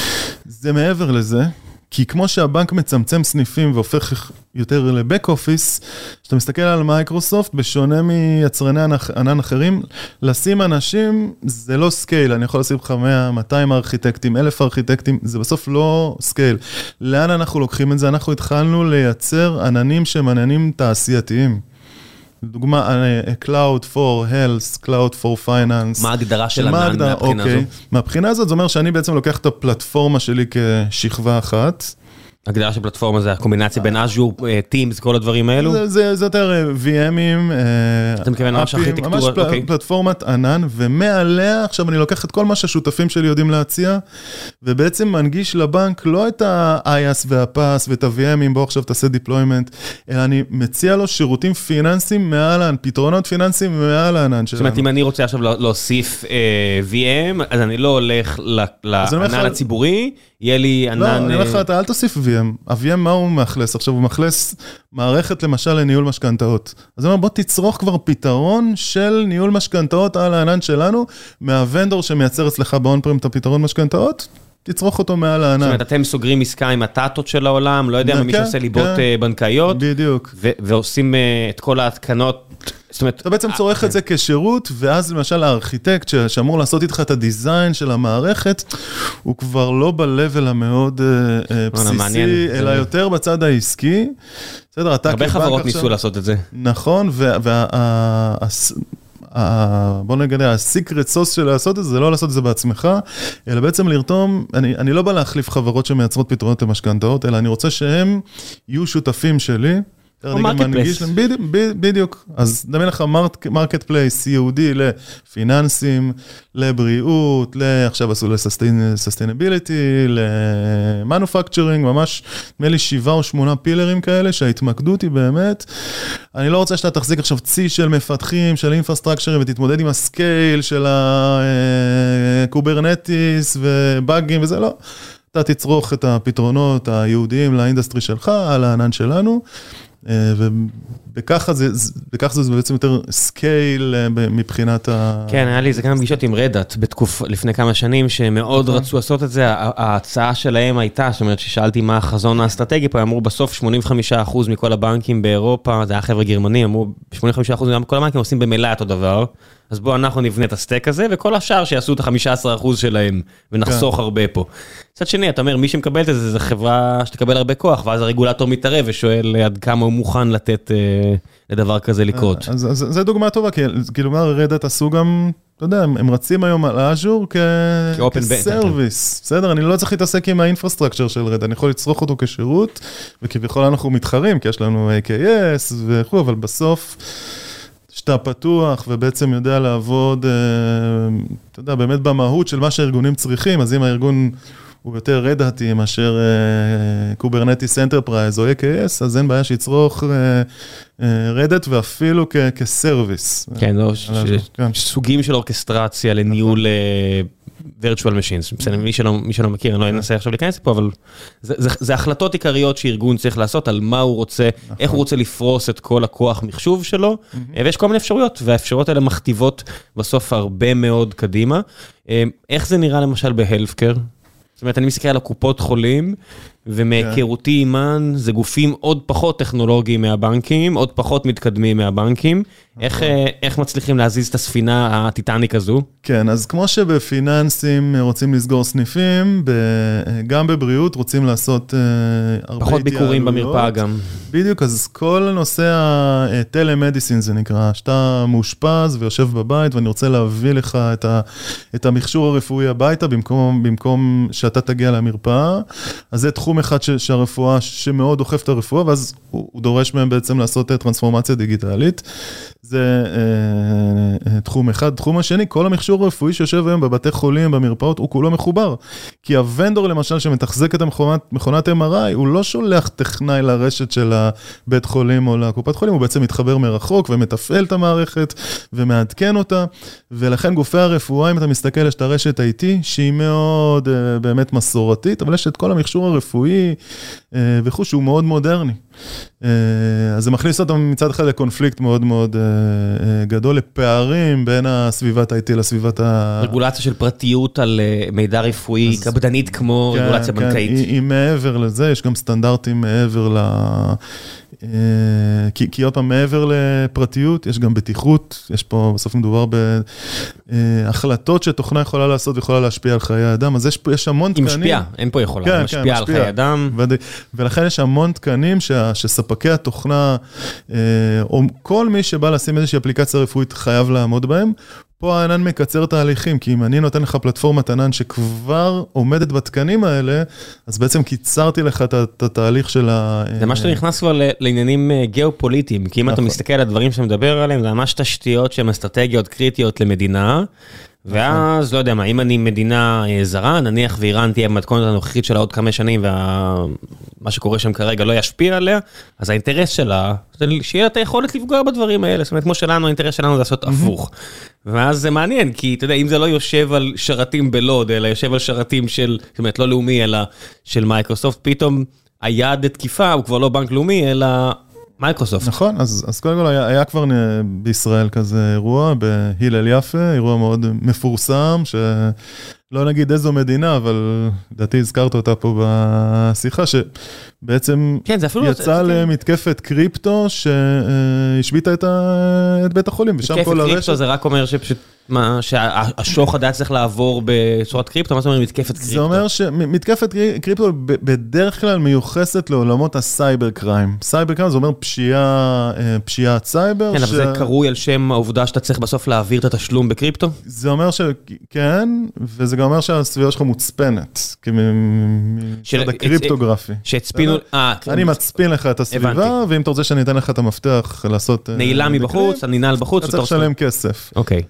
זה מעבר לזה. כי כמו שהבנק מצמצם סניפים והופך יותר לבק אופיס, כשאתה מסתכל על מייקרוסופט, בשונה מיצרני ענן אחרים, לשים אנשים זה לא סקייל, אני יכול לשים לך 100, 200 ארכיטקטים, 1000 ארכיטקטים, זה בסוף לא סקייל. לאן אנחנו לוקחים את זה? אנחנו התחלנו לייצר עננים שהם עננים תעשייתיים. לדוגמה, Cloud for Health, Cloud for Finance. מה ההגדרה של ענן מהבחינה הזו? מהבחינה הזאת, זה אומר שאני בעצם לוקח את הפלטפורמה שלי כשכבה אחת. הגדרה של פלטפורמה זה הקומבינציה בין Azure, Teams, כל הדברים האלו? זה יותר VM'ים, אתה מכוון ממש ארכיטקטורה, ממש פלטפורמת ענן, ומעליה עכשיו אני לוקח את כל מה שהשותפים שלי יודעים להציע, ובעצם מנגיש לבנק לא את ה-IaaS וה-PaaS ואת ה-VM'ים, בוא עכשיו תעשה deployment, אלא אני מציע לו שירותים פיננסיים מעל הענן, פתרונות פיננסיים מעל הענן שלנו. זאת אומרת, אם אני רוצה עכשיו להוסיף VM, אז אני לא הולך לענן הציבורי, יהיה לי ענן... לא, אני אומר לך, אתה אל תוסיף VM. ה-VM מה הוא מאכלס? עכשיו הוא מאכלס מערכת למשל לניהול משכנתאות. אז אני אומר, בוא תצרוך כבר פתרון של ניהול משכנתאות על הענן שלנו, מהוונדור שמייצר אצלך באון-פרים את הפתרון משכנתאות, תצרוך אותו מעל הענן. זאת אומרת, אתם סוגרים עסקה עם הטאטות של העולם, לא יודע מה מי שעושה ליבות בנקאיות, בדיוק. ועושים את כל ההתקנות. אתה בעצם צורך את זה כשירות, ואז למשל הארכיטקט שאמור לעשות איתך את הדיזיין של המערכת, הוא כבר לא ב-level המאוד בסיסי, אלא יותר בצד העסקי. הרבה חברות ניסו לעשות את זה. נכון, בוא נגיד, הסיקרט סוס של לעשות את זה, זה לא לעשות את זה בעצמך, אלא בעצם לרתום, אני לא בא להחליף חברות שמייצרות פתרונות למשכנתאות, אלא אני רוצה שהם יהיו שותפים שלי, או מרקט פלייס. בדיוק. אז דמיין לך מרקט פלייס ייעודי לפיננסים, לבריאות, עכשיו עשו לססטיינביליטי, למנופקצ'רינג, ממש נדמה לי 7 או 8 פילרים כאלה, שההתמקדות היא באמת, אני לא רוצה שאתה תחזיק עכשיו צי של מפתחים, של אינפרסטרקצ'רים, ותתמודד עם הסקייל של הקוברנטיס ובאגים וזה, לא. אתה תצרוך את הפתרונות היהודיים לאינדסטרי שלך, על הענן שלנו, וככה זה בעצם יותר סקייל מבחינת כן, היה לי זה גם פגישות עם רדאט לפני כמה שנים, שמאוד רצו לעשות את זה, ההצעה שלהם הייתה, זאת אומרת ששאלתי מה החזון האסטרטגי פה, אמרו בסוף 85% מכל הבנקים באירופה, זה היה חבר'ה גרמנים, אמרו 85% מכל הבנקים עושים במילא אותו דבר, אז בואו אנחנו נבנה את הסטק הזה, וכל השאר שיעשו את ה-15% שלהם, ונחסוך הרבה פה. קצת שני, אתה אומר, מי שמקבלת את זה, זה חברה שתקבל הרבה כוח, ואז הרגולטור מתערב ושואל עד כמה הוא מוכן לתת לדבר כזה לקרות. אז זה דוגמה טובה, כי כלומר, רדאט עשו גם, אתה יודע, הם רצים היום על אז'ור כסרוויס, בסדר? אני לא צריך להתעסק עם האינפרסטרקצ'ר של רדאט, אני יכול לצרוך אותו כשירות, וכביכול אנחנו מתחרים, כי יש לנו AKS וכו', אבל בסוף שאתה פתוח ובעצם יודע לעבוד, אתה יודע, באמת במהות של מה שהארגונים צריכים, אז אם הארגון הוא יותר רדאטי מאשר קוברנטיס אנטרפרייז או AKS, אז אין בעיה שיצרוך רדאט ואפילו כסרוויס. כן, סוגים של אורקסטרציה לניהול virtual machines. בסדר, מי שלא מכיר, אני לא אנסה עכשיו להיכנס פה, אבל זה החלטות עיקריות שארגון צריך לעשות על מה הוא רוצה, איך הוא רוצה לפרוס את כל הכוח מחשוב שלו, ויש כל מיני אפשרויות, והאפשרויות האלה מכתיבות בסוף הרבה מאוד קדימה. איך זה נראה למשל בהלפקר? זאת אומרת, אני מסתכל על הקופות חולים, ומהיכרותי עימן, זה גופים עוד פחות טכנולוגיים מהבנקים, עוד פחות מתקדמים מהבנקים. איך מצליחים להזיז את הספינה הטיטניק הזו? כן, אז כמו שבפיננסים רוצים לסגור סניפים, גם בבריאות רוצים לעשות הרבה פחות ביקורים במרפאה גם. בדיוק, אז כל נושא הטלמדיסין זה נקרא, שאתה מאושפז ויושב בבית, ואני רוצה להביא לך את המכשור הרפואי הביתה, במקום שאתה תגיע למרפאה. אז זה תחום אחד שהרפואה, שמאוד דוחף את הרפואה, ואז הוא דורש מהם בעצם לעשות טרנספורמציה דיגיטלית. זה תחום אחד. תחום השני, כל המכשור הרפואי שיושב היום בבתי חולים, במרפאות, הוא כולו מחובר. כי הוונדור למשל שמתחזק את מכונת MRI, הוא לא שולח טכנאי לרשת של הבית חולים או לקופת חולים, הוא בעצם מתחבר מרחוק ומתפעל את המערכת ומעדכן אותה. ולכן גופי הרפואה, אם אתה מסתכל, יש את הרשת IT, שהיא מאוד באמת מסורתית, אבל יש את כל המכשור הרפואי וכו' שהוא מאוד מודרני. אז זה מכניס אותם מצד אחד לקונפליקט מאוד מאוד גדול, לפערים בין הסביבת IT לסביבת רגולציה של פרטיות על מידע רפואי, קפדנית כמו רגולציה בנקאית. היא מעבר לזה, יש גם סטנדרטים מעבר כי עוד פעם, מעבר לפרטיות, יש גם בטיחות, יש פה בסוף מדובר בהחלטות שתוכנה יכולה לעשות ויכולה להשפיע על חיי האדם, אז יש המון תקנים. היא משפיעה, אין פה יכולה, היא משפיעה על חיי אדם. ולכן יש המון תקנים שספקי התוכנה, או כל מי שבא לשים איזושהי אפליקציה רפואית חייב לעמוד בהם, פה הענן מקצר תהליכים, כי אם אני נותן לך פלטפורמת ענן שכבר עומדת בתקנים האלה, אז בעצם קיצרתי לך את התהליך של זה מה שאתה נכנס כבר לעניינים גיאופוליטיים, כי אם אתה מסתכל על הדברים שאתה מדבר עליהם, זה ממש תשתיות שהן אסטרטגיות קריטיות למדינה, ואז, לא יודע מה, אם אני מדינה זרה, נניח ואיראן תהיה במתכונת הנוכחית שלה עוד 5 שנים, ומה שקורה שם כרגע לא ישפיע עליה, אז האינטרס שלה, זה שיהיה את היכולת לפגוע בדברים האלה, זאת אומרת, כמו שלנו, האינטרס שלנו זה לעשות הפוך. ואז זה מעניין, כי אתה יודע, אם זה לא יושב על שרתים בלוד, אלא יושב על שרתים של, זאת אומרת, לא לאומי, אלא של מייקרוסופט, פתאום היעד לתקיפה הוא כבר לא בנק לאומי, אלא מייקרוסופט. נכון, אז קודם כל היה כבר בישראל כזה אירוע, בהילל יפה, אירוע מאוד מפורסם, שלא נגיד איזו מדינה, אבל לדעתי הזכרת אותה פה בשיחה, שבעצם יצא למתקפת קריפטו, שהשביטה את בית החולים, ושם כל הרשת. מתקפת קריפטו זה רק אומר שפשוט, שהשוחד היה צריך לעבור בצורת קריפטו, מה זאת אומרת מתקפת קריפטו? זה אומר שמתקפת קריפטו בדרך כלל מיוחסת לעולמות הסייבר קריים. סייבר קריים זה אומר פשיעת סייבר. כן, אבל זה קרוי על שם העובדה שאתה צריך בסוף להעביר את התשלום בקריפטו? זה אומר שכן, וזה גם אומר שהסביבה שלך מוצפנת, מצד הקריפטוגרפי. שהצפינו, אני מצפין לך את הסביבה, ואם אתה רוצה שאני אתן לך את המפתח לעשות נעילה מבחוץ, הנעיל בחוץ, אתה צריך לשלם כסף. אוקיי.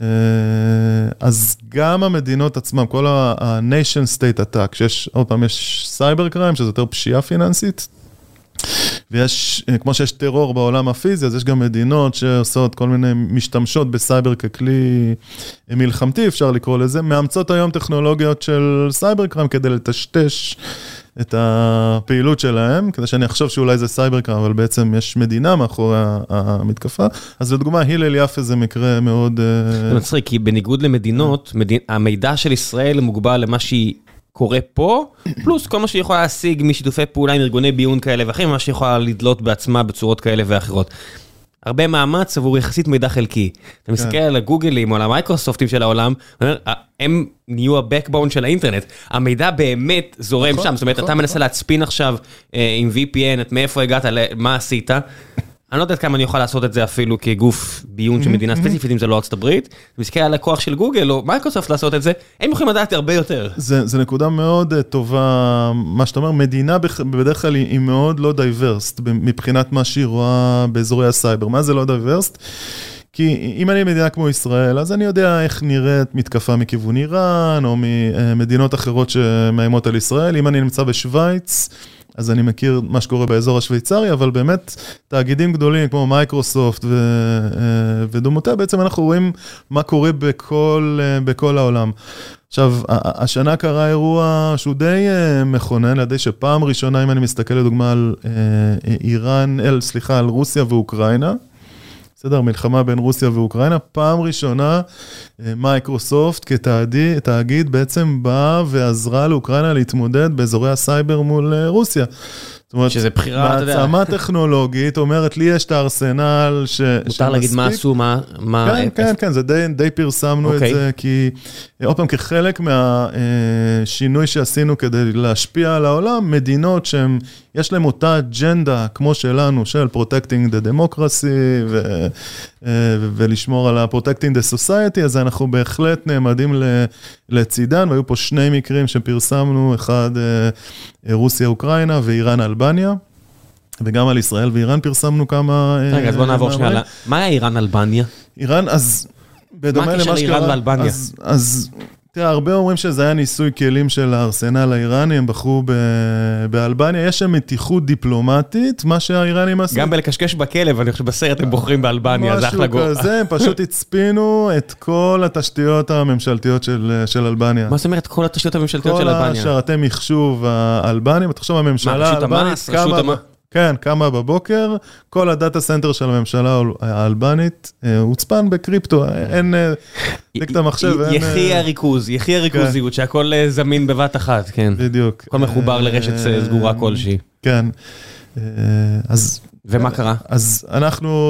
אז גם המדינות עצמם, כל ה-nation state attack, שיש, עוד פעם, יש סייבר קריים, שזה יותר פשיעה פיננסית, ויש, כמו שיש טרור בעולם הפיזי, אז יש גם מדינות שעושות כל מיני משתמשות בסייבר ככלי מלחמתי, אפשר לקרוא לזה, מאמצות היום טכנולוגיות של סייבר קריים כדי לטשטש את הפעילות שלהם, כדי שאני אחשוב שאולי זה סייבר קריים, אבל בעצם יש מדינה מאחורי המתקפה. אז לדוגמה, הלל יפה זה מקרה מאוד... זה מצחיק, כי בניגוד למדינות, המידע של ישראל מוגבל למה שהיא קורה פה, פלוס כל מה שהיא יכולה להשיג משיתופי פעולה עם ארגוני ביון כאלה ואחרים, מה שהיא יכולה לדלות בעצמה בצורות כאלה ואחרות. הרבה מאמץ עבור יחסית מידע חלקי. אתה מסתכל על הגוגלים או על המייקרוסופטים של העולם, הם נהיו ה-backbone של האינטרנט. המידע באמת זורם שם. זאת אומרת, אתה מנסה להצפין עכשיו עם VPN, את מאיפה הגעת, מה עשית. אני לא יודעת כמה אני יכול לעשות את זה אפילו כגוף ביון של מדינה ספציפית, אם זה לא ארצות הברית. מסתכל על הכוח של גוגל או מייקרוסופט לעשות את זה, הם יכולים לדעת הרבה יותר. זה נקודה מאוד טובה, מה שאתה אומר, מדינה בדרך כלל היא מאוד לא דייברסט, מבחינת מה שהיא רואה באזורי הסייבר. מה זה לא דייברסט? כי אם אני מדינה כמו ישראל, אז אני יודע איך נראית מתקפה מכיוון איראן, או ממדינות אחרות שמאיימות על ישראל. אם אני נמצא בשוויץ, אז אני מכיר מה שקורה באזור השוויצרי, אבל באמת תאגידים גדולים כמו מייקרוסופט ודומותיה, בעצם אנחנו רואים מה קורה בכל העולם. עכשיו, השנה קרה אירוע שהוא די מכונן, לידי שפעם ראשונה, אם אני מסתכל לדוגמה על על רוסיה ואוקראינה, בסדר, מלחמה בין רוסיה ואוקראינה, פעם ראשונה מייקרוסופט כתאגיד בעצם באה ועזרה לאוקראינה להתמודד באזורי הסייבר מול רוסיה. זאת אומרת, שזה בחירה, אתה יודע. מעצמה טכנולוגית אומרת, לי יש את הארסנל מותר להגיד מה עשו, מה... כן, זה די פרסמנו את זה, כי עוד פעם, כחלק מהשינוי שעשינו כדי להשפיע על העולם, מדינות שהן, יש להן אותה אג'נדה, כמו שלנו, של protecting the democracy, ולשמור על protecting the society, אז אנחנו בהחלט נעמדים לצידן, והיו פה שני מקרים שפרסמנו, אחד רוסיה-אוקראינה ואיראן אלבניה, וגם על ישראל ואיראן פרסמנו כמה... רגע, אז בוא נעבור שנייה, מה היה איראן אלבניה? איראן, אז בדומה למה שקרה... מה הקשר לאיראן ואלבניה? אז תראה, הרבה אומרים שזה היה ניסוי כלים של הארסנל האיראני, הם בחרו באלבניה, יש שם מתיחות דיפלומטית, מה שהאיראנים עשו... גם בלקשקש בכלב, אני חושב בסרט הם בוחרים באלבניה, זה אחלה גור. משהו כזה, הם פשוט הצפינו את כל התשתיות הממשלתיות של אלבניה. מה זאת אומרת כל התשתיות הממשלתיות של אלבניה? כל השרתי מחשוב האלבנים, תחשוב הממשלה האלבנית, כן, קמה בבוקר, כל הדאטה סנטר של הממשלה האלבנית הוצפן בקריפטו, אין דקת המחשב, אין... יחי הריכוזיות, שהכל זמין בבת אחת, כן. בדיוק. הכל מחובר לרשת סגורה כלשהי. כן. אז... ומה קרה? אז אנחנו...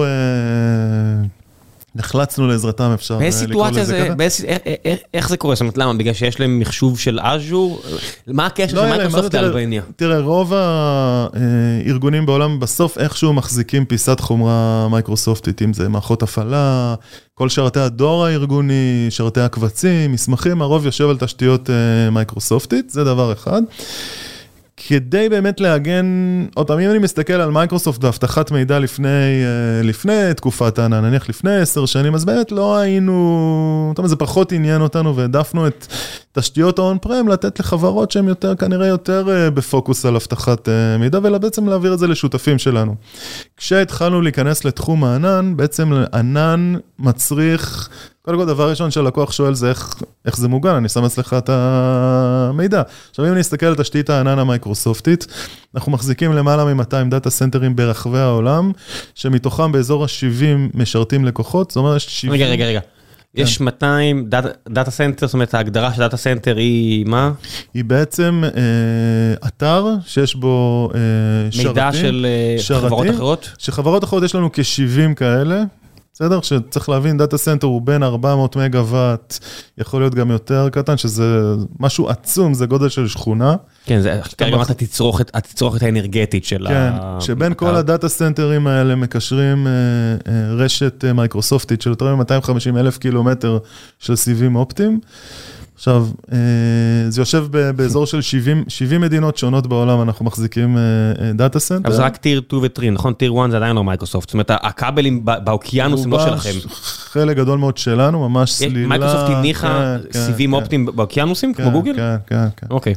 נחלצנו לעזרתם, אפשר לקרוא לזה ככה. איך זה קורה? זאת אומרת, למה? בגלל שיש להם מחשוב של אז'ור? מה הקשר של מייקרוסופט לאלבניה? תראה, רוב הארגונים בעולם בסוף איכשהו מחזיקים פיסת חומרה מייקרוסופטית, אם זה מערכות הפעלה, כל שרתי הדור הארגוני, שרתי הקבצים, מסמכים, הרוב יושב על תשתיות מייקרוסופטית, זה דבר אחד. כדי באמת להגן, עוד פעם, אם אני מסתכל על מייקרוסופט והבטחת מידע לפני תקופת הענן, נניח לפני 10 שנים, אז באמת לא היינו, זה פחות עניין אותנו, והעדפנו את תשתיות ה-on-prem לתת לחברות שהן יותר, כנראה יותר בפוקוס על הבטחת מידע, ובעצם להעביר את זה לשותפים שלנו. כשהתחלנו להיכנס לתחום הענן, בעצם ענן מצריך, קודם כל, דבר ראשון שהלקוח שואל זה איך זה מוגן, אני שם אצלך את המידע. עכשיו, אם אני אסתכל על תשתית הענן המייקרוסופטית, אנחנו מחזיקים למעלה מ-200 דאטה סנטרים ברחבי העולם, שמתוכם באזור ה-70 משרתים לקוחות, זאת אומרת, 70... רגע. יש 200 דאטה סנטר, זאת אומרת, ההגדרה של דאטה סנטר היא מה? היא בעצם אתר שיש בו שרתים. מידע של חברות אחרות? שחברות אחרות יש לנו כ-70 כאלה, בסדר? שצריך להבין, דאטה סנטר הוא בין 400 מגוואט, יכול להיות גם יותר קטן, שזה משהו עצום, זה גודל של שכונה. כן, זה כרגע את התצרוכת האנרגטית של כן, שבין כל הדאטה סנטרים האלה מקשרים רשת מייקרוסופטית של יותר מ-250,000 קילומטר של סיבים אופטיים. עכשיו, זה יושב באזור של 70 מדינות שונות בעולם, אנחנו מחזיקים דאטה סנטר. אבל זה רק טיר 2 ו-3, נכון? טיר 1 זה עדיין לא מייקרוסופט. זאת אומרת, הכבלים באוקיינוס הם לא שלכם. חלק גדול מאוד שלנו, ממש סלילה. מייקרוסופט הניחה סיבים אופטיים באוקיינוסים, כמו גוגל? כן. אוקיי.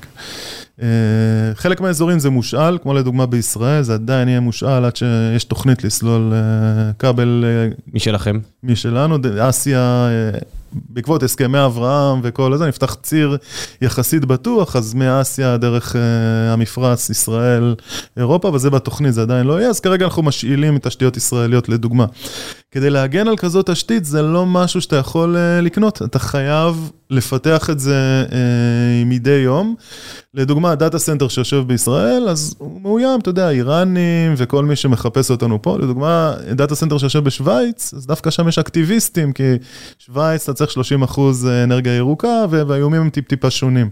חלק מהאזורים זה מושאל, כמו לדוגמה בישראל, זה עדיין יהיה מושאל עד שיש תוכנית לסלול כבל... משלכם? משלנו, אסיה... בעקבות הסכמי אברהם וכל זה, נפתח ציר יחסית בטוח, אז מאסיה דרך המפרץ, ישראל, אירופה, וזה בתוכנית, זה עדיין לא יהיה, אז כרגע אנחנו משאילים את תשתיות ישראליות לדוגמה. כדי להגן על כזאת תשתית, זה לא משהו שאתה יכול לקנות, אתה חייב לפתח את זה מדי יום. לדוגמה, הדאטה סנטר שיושב בישראל, אז הוא מאוים, אתה יודע, איראנים וכל מי שמחפש אותנו פה. לדוגמה, דאטה סנטר שיושב בשוויץ, אז דווקא שם יש אקטיביסטים, כי שוויץ אתה צריך 30% אנרגיה ירוקה, והאיומים הם טיפה שונים.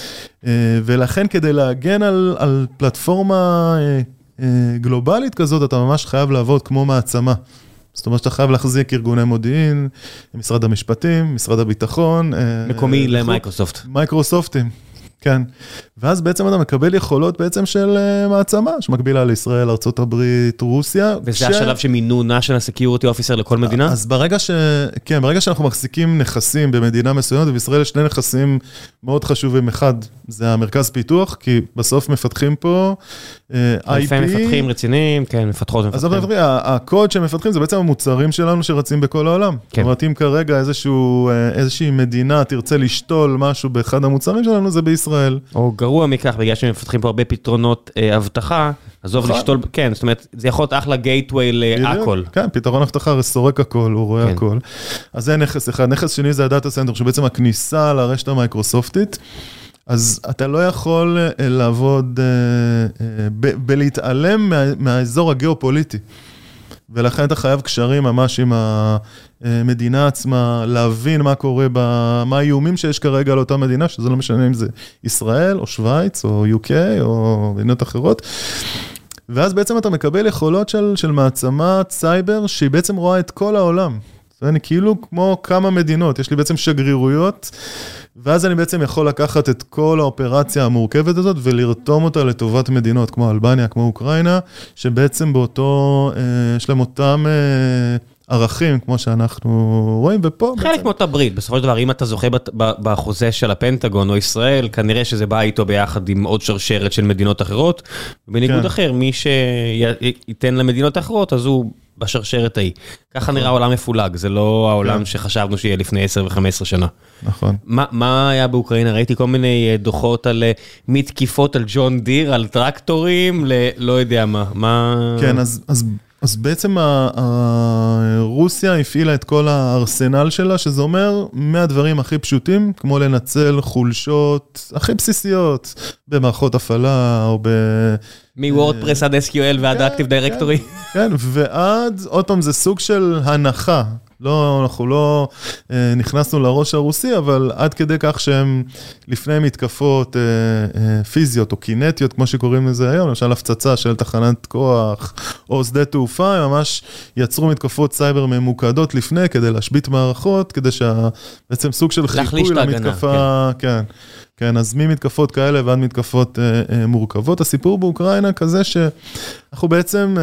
ולכן כדי להגן על פלטפורמה גלובלית כזאת, אתה ממש חייב לעבוד כמו מעצמה. זאת אומרת שאתה חייב להחזיק ארגוני מודיעין, משרד המשפטים, משרד הביטחון. מקומי למייקרוסופט. מייקרוסופטים, כן. ואז בעצם אתה מקבל יכולות בעצם של מעצמה, שמקבילה לישראל, ארצות הברית, רוסיה. וזה השלב שמינו national security officer לכל מדינה? אז כן, ברגע שאנחנו מחזיקים נכסים במדינה מסוימת, ובישראל יש שני נכסים מאוד חשובים. אחד, זה המרכז פיתוח, כי בסוף מפתחים פה IP. אלפי מפתחים רציניים, כן, מפתחות ומפתחים. אז הקוד שמפתחים זה בעצם המוצרים שלנו שרצים בכל העולם. זאת אומרת, אם כרגע איזושהי מדינה תרצה לשתול משהו באחד המוצרים שלנו, זה בישראל. או גרוע מכך, בגלל שמפתחים פה הרבה פתרונות אבטחה, עזוב לשתול, כן, זאת אומרת, זה יכול להיות אחלה גייטווי להכל. כן, פתרון אבטחה סורק הכל, הוא רואה הכל. אז זה נכס אחד. נכס שני זה הדאטה סנטר, שבעצם הכניסה לרשת המייקרוסופטית, אז אתה לא יכול לעבוד בלהתעלם מהאזור הגיאופוליטי. ולכן אתה חייב קשרים ממש עם המדינה עצמה, להבין מה קורה, מה האיומים שיש כרגע על אותה מדינה, שזה לא משנה אם זה ישראל או שוויץ או UK או מדינות אחרות. ואז בעצם אתה מקבל יכולות של מעצמת סייבר, שהיא בעצם רואה את כל העולם. זה כאילו כמו כמה מדינות, יש לי בעצם שגרירויות, ואז אני בעצם יכול לקחת את כל האופרציה המורכבת הזאת, ולרתום אותה לטובת מדינות, כמו אלבניה, כמו אוקראינה, שבעצם באותו, יש להם אותם ערכים, כמו שאנחנו רואים, ופה חלק בעצם מאותה ברית, בסופו של דבר, אם אתה זוכה בחוזה של הפנטגון או ישראל, כנראה שזה בא איתו ביחד עם עוד שרשרת של מדינות אחרות, ובניגוד אחר, מי שייתן למדינות אחרות, אז הוא בשרשרת ההיא. ככה נראה העולם מפולג, זה לא העולם שחשבנו שיהיה לפני 10 ו-15 שנה. נכון. מה היה באוקראינה? ראיתי כל מיני דוחות על מתקיפות על ג'ון דיר, על טרקטורים, לא יודע מה. כן, אז בעצם רוסיה הפעילה את כל הארסנל שלה, שזה אומר מהדברים הכי פשוטים, כמו לנצל חולשות הכי בסיסיות, במערכות הפעלה או מוורדפרס עד SQL ועד Active Directory. כן, ועד, עוד פעם, זה סוג של הנחה. לא, אנחנו לא נכנסנו לראש הרוסי, אבל עד כדי כך שהם לפני מתקפות פיזיות או קינטיות, כמו שקוראים לזה היום, למשל הפצצה של תחנת כוח או שדה תעופה, הם ממש יצרו מתקפות סייבר ממוקדות לפני, כדי להשבית מערכות, כדי שבעצם סוג של חיפוי למתקפה, כן. כן, אז ממתקפות כאלה ועד מתקפות מורכבות. הסיפור באוקראינה כזה שאנחנו בעצם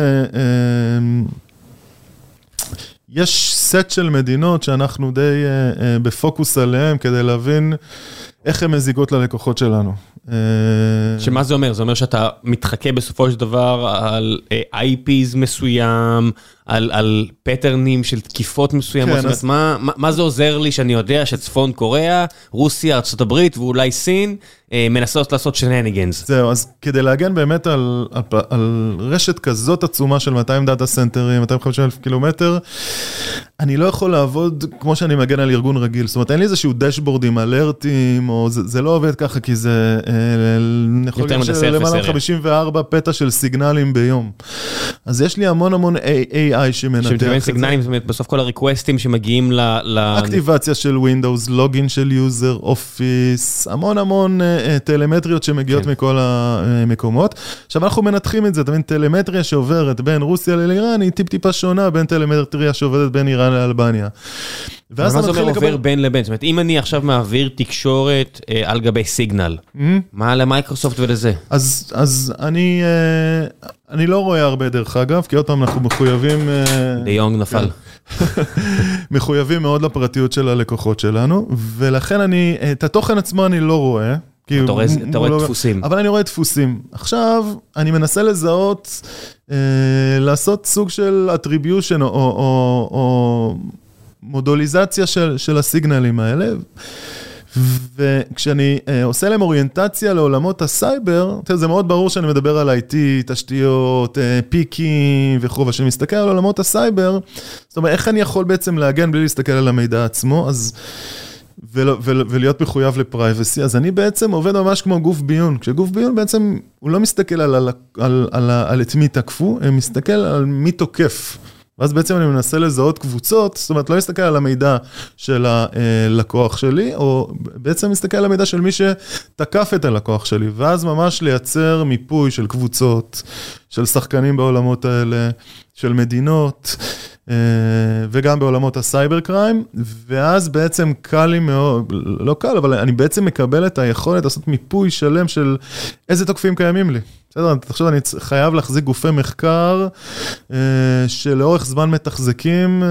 יש סט של מדינות שאנחנו די בפוקוס עליהן כדי להבין איך הן מזיגות ללקוחות שלנו. שמה זה אומר? זה אומר שאתה מתחכה בסופו של דבר על IPs מסוים, על פטרנים של תקיפות מסוימות. זאת אומרת, מה זה עוזר לי שאני יודע שצפון קוריאה, רוסיה, ארצות הברית ואולי סין מנסות לעשות שנניגנס? זהו, אז כדי להגן באמת על רשת כזאת עצומה של 200 דאטה סנטרים, 250,000 קילומטר, אני לא יכול לעבוד כמו שאני מגן על ארגון רגיל. זאת אומרת, אין לי איזשהו דשבורד עם אלרטים, או זה לא עובד ככה, כי זה יכול להיות למעלה 54 פטה של סיגנלים ביום. אז יש לי המון AI שמנתח את זה. שמתכוון סיגנלים, זאת אומרת, בסוף כל הריקווסטים שמגיעים אקטיבציה של Windows, לוגין של יוזר, אופיס, המון טלמטריות שמגיעות מכל המקומות. עכשיו אנחנו מנתחים את זה, תבין, טלמטריה שעוברת בין רוסיה לאיראן, היא טיפה שונה בין טלמטריה שעובדת בין איראן לאלבניה. מה זה אומר עובר בין לבין? זאת אומרת, אם אני עכשיו מעביר תקשורת על גבי סיגנל, מה למייקרוסופט ולזה? אז אני לא רואה הרבה דרך אגב, כי עוד פעם אנחנו מחויבים דיונג נפל. מחויבים מאוד לפרטיות של הלקוחות שלנו, ולכן את התוכן עצמו אני לא רואה. אתה רואה דפוסים. אבל אני רואה דפוסים. עכשיו, אני מנסה לזהות, לעשות סוג של attribution, או מודוליזציה של הסיגנלים האלה, וכשאני עושה להם אוריינטציה לעולמות הסייבר, זה מאוד ברור שאני מדבר על IT, תשתיות, פיקים וכו', וכשאני מסתכל על עולמות הסייבר, זאת אומרת, איך אני יכול בעצם להגן בלי להסתכל על המידע עצמו, אז ולהיות מחויב לפרייבסי, אז אני בעצם עובד ממש כמו גוף ביון, כשגוף ביון בעצם הוא לא מסתכל על את מי תקפו, הוא מסתכל על מי תוקף, ואז בעצם אני מנסה לזהות קבוצות, זאת אומרת לא להסתכל על המידע של הלקוח שלי, או בעצם מסתכל על המידע של מי שתקף את הלקוח שלי, ואז ממש לייצר מיפוי של קבוצות, של שחקנים בעולמות האלה, של מדינות, וגם בעולמות הסייבר קריים, ואז בעצם קל לי מאוד, לא קל, אבל אני בעצם מקבל את היכולת לעשות מיפוי שלם של איזה תוקפים קיימים לי. בסדר, תחשוב, אני חייב להחזיק גופי מחקר שלאורך זמן מתחזקים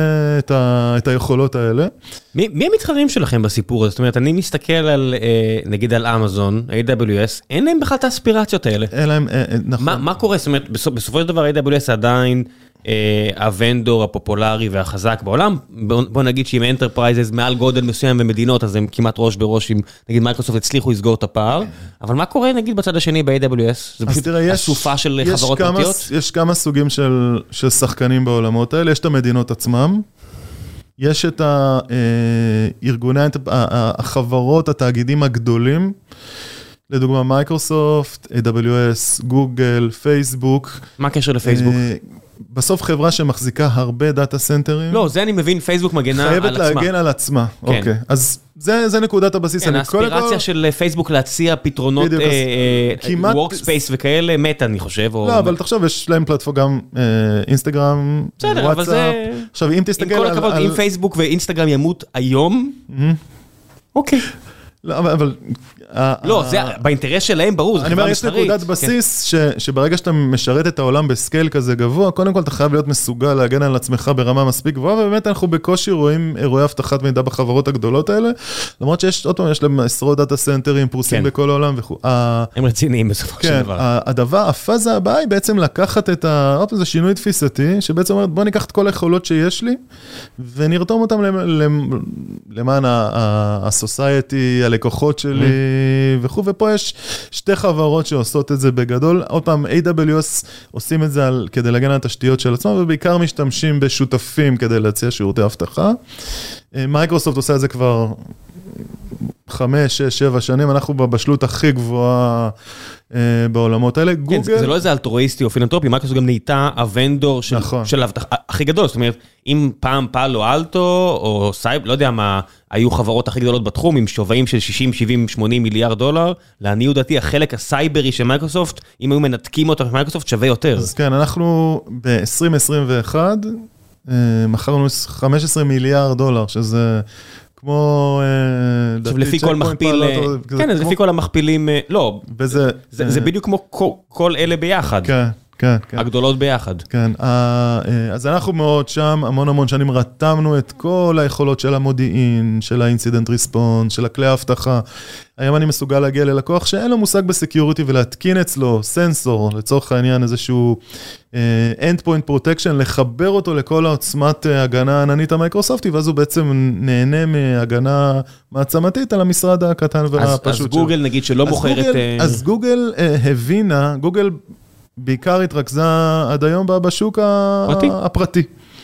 את היכולות האלה. מי המתחרים שלכם בסיפור הזה? זאת אומרת, אני מסתכל על, נגיד על אמזון, AWS, אין להם בכלל את האספירציות האלה. אין להם, נכון. מה קורה? זאת אומרת, בסופו של דבר AWS עדיין הוונדור הפופולרי והחזק בעולם, בוא נגיד שאם אנטרפרייזס מעל גודל מסוים במדינות, אז הם כמעט ראש בראש, אם נגיד מייקרוסופט הצליחו לסגור את הפער, אבל מה קורה נגיד בצד השני ב-AWS? זה פשוט אסופה של חברות פרטיות? יש כמה סוגים של שחקנים בעולמות האלה, יש את המדינות עצמם, יש את הארגוני, החברות, התאגידים הגדולים, לדוגמה מייקרוסופט, AWS, גוגל, פייסבוק. מה הקשר לפייסבוק? בסוף חברה שמחזיקה הרבה דאטה סנטרים. לא, זה אני מבין, פייסבוק מגנה על עצמה. חייבת להגן על עצמה, אוקיי. אז זה נקודת הבסיס. כן, האספירציה של פייסבוק להציע פתרונות וורקספייס וכאלה, מתה אני חושב. לא, אבל תחשוב, יש להם פלטפורמה גם אינסטגרם, וואטסאפ. עכשיו, אם תסתכל על... עם כל הכבוד, אם פייסבוק ואינסטגרם ימות היום, אוקיי. לא, אבל... לא, זה באינטרס שלהם ברור, אני אומר, יש נקודת בסיס שברגע שאתה משרת את העולם בסקייל כזה גבוה, קודם כל אתה חייב להיות מסוגל להגן על עצמך ברמה מספיק גבוהה, ובאמת אנחנו בקושי רואים אירועי הבטחת מידע בחברות הגדולות האלה, למרות שיש, עוד פעם, יש להם עשרות דאטה סנטרים פרוסים בכל העולם וכו'. הם רציניים בסופו של דבר. הפאזה הבאה היא בעצם לקחת את זה שינוי תפיסתי, שבעצם אומרת, בוא ניקח את כל היכולות שיש לי, ונרתום אותם למען הסוסייטי, הלקוחות שלי, וכו', ופה יש שתי חברות שעושות את זה בגדול. עוד פעם, AWS עושים את זה כדי להגן על התשתיות של עצמם, ובעיקר משתמשים בשותפים כדי להציע שירותי אבטחה. מייקרוסופט עושה את זה כבר 5, 6, 7 שנים, אנחנו בבשלות הכי גבוהה בעולמות האלה. כן, זה לא איזה אלטרואיסטי או פילנטרופי, מייקרוסופט גם נהייתה הוונדור של האבטחה הכי גדול, זאת אומרת, אם פעם פאלו אלטו או סייב, לא יודע מה, היו חברות הכי גדולות בתחום, עם שווים של 60, 70, 80 מיליארד דולר, לעניות דעתי, החלק הסייברי של מייקרוסופט, אם היו מנתקים אותו מייקרוסופט, שווה יותר. אז כן, אנחנו ב-2021, מכרנו 15 מיליארד דולר, שזה... כמו... לפי כל מכפיל... כן, אז לפי כל המכפילים... לא, זה בדיוק כמו כל אלה ביחד. כן, כן. הגדולות ביחד. כן, אז אנחנו מאוד שם, המון שנים רתמנו את כל היכולות של המודיעין, של האינסידנט ריספונס, של הכלי ההבטחה. היום אני מסוגל להגיע ללקוח שאין לו מושג בסקיוריטי ולהתקין אצלו סנסור, לצורך העניין איזשהו endpoint protection, לחבר אותו לכל העוצמת הגנה העננית המייקרוסופטי, ואז הוא בעצם נהנה מהגנה מעצמתית על המשרד הקטן והפשוט שלו. אז גוגל נגיד שלא מוכרת... אז גוגל הבינה, גוגל בעיקר התרכזה עד היום בשוק הפרטי.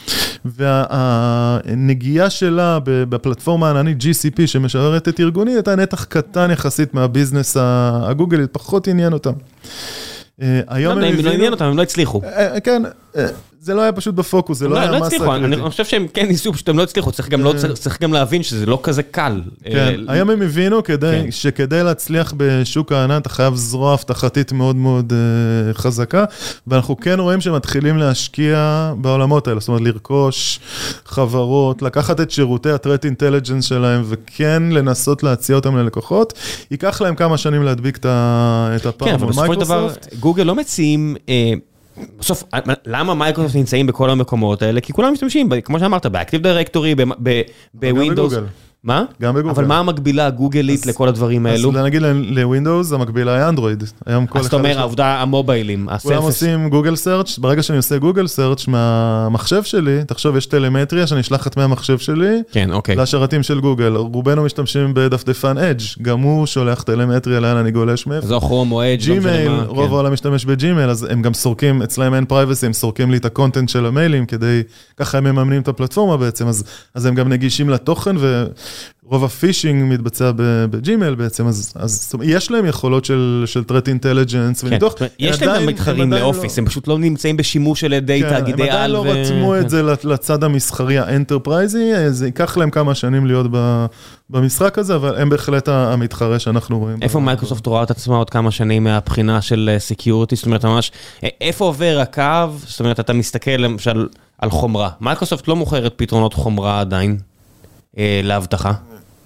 והנגיעה שלה בפלטפורמה העננית GCP שמשררת את ארגוני, הייתה נתח קטן יחסית מהביזנס הגוגלית, פחות עניין אותם. היום הם לא עניין אותם, הם לא הצליחו. כן, זה לא היה פשוט בפוקוס, זה לא היה מסה קריטית. אני חושב שהם כן ניסו, פשוט הם לא הצליחו, צריך גם להבין שזה לא כזה קל. כן, היום הם הבינו שכדי להצליח בשוק הענן, אתה חייב זרוע הבטחתית מאוד מאוד חזקה, ואנחנו כן רואים שמתחילים להשקיע בעולמות האלה, זאת אומרת, לרכוש חברות, לקחת את שירותי ה-Threat Intelligence שלהם, וכן לנסות להציע אותם ללקוחות, ייקח להם כמה שנים להדביק את הפעם. כן, אבל בסופו של דבר, גוגל לא מציעים... בסוף, למה מייקרוסופט נמצאים בכל המקומות האלה? כי כולם משתמשים, כמו שאמרת, באקטיב דירקטורי, בווינדוס. מה? גם בגוגל. אבל מה המקבילה גוגלית לכל הדברים האלו? אז נגיד לווינדוס, המקבילה היא אנדרואיד. אז אתה אומר, העובדה, המוביילים, כולם עושים גוגל סרצ', ברגע שאני עושה גוגל סרצ' מהמחשב שלי, תחשוב, יש טלמטריה שנשלחת מהמחשב שלי, כן, אוקיי. לשרתים של גוגל. רובנו משתמשים בדפדפן אדג', גם הוא שולח טלמטריה לאן אני גולש מאיפה. זו כרום או אדג', ג'ימייל, רוב העולם משתמש בג'ימייל, אז הם גם סורקים, אצלהם אין פרייבסי, הם סורקים לי את הקונטנט של המיילים, כדי, ככה הם מממנים את הפלטפורמה בעצם, אז הם גם נגישים לתוכן, ורוב הפישינג מתבצע בג'ימייל בעצם, אז יש להם יכולות של threat intelligence, וניתוח, יש להם מתחרים לאופיס, הם פשוט לא נמצאים בשימוש של ידי תאגידי על. הם עדיין לא רתמו את זה לצד המסחרי האנטרפרייזי, זה ייקח להם כמה שנים להיות במשחק הזה, אבל הם בהחלט המתחרה שאנחנו רואים. איפה מייקרוסופט רואה את עצמה עוד כמה שנים מהבחינה של סקיוריטי? זאת אומרת, ממש, איפה עובר הקו? זאת אומרת, אתה מסתכל למשל על חומרה. מייקרוסופט לא מוכרת פתרונות חומרה עדיין להבטחה.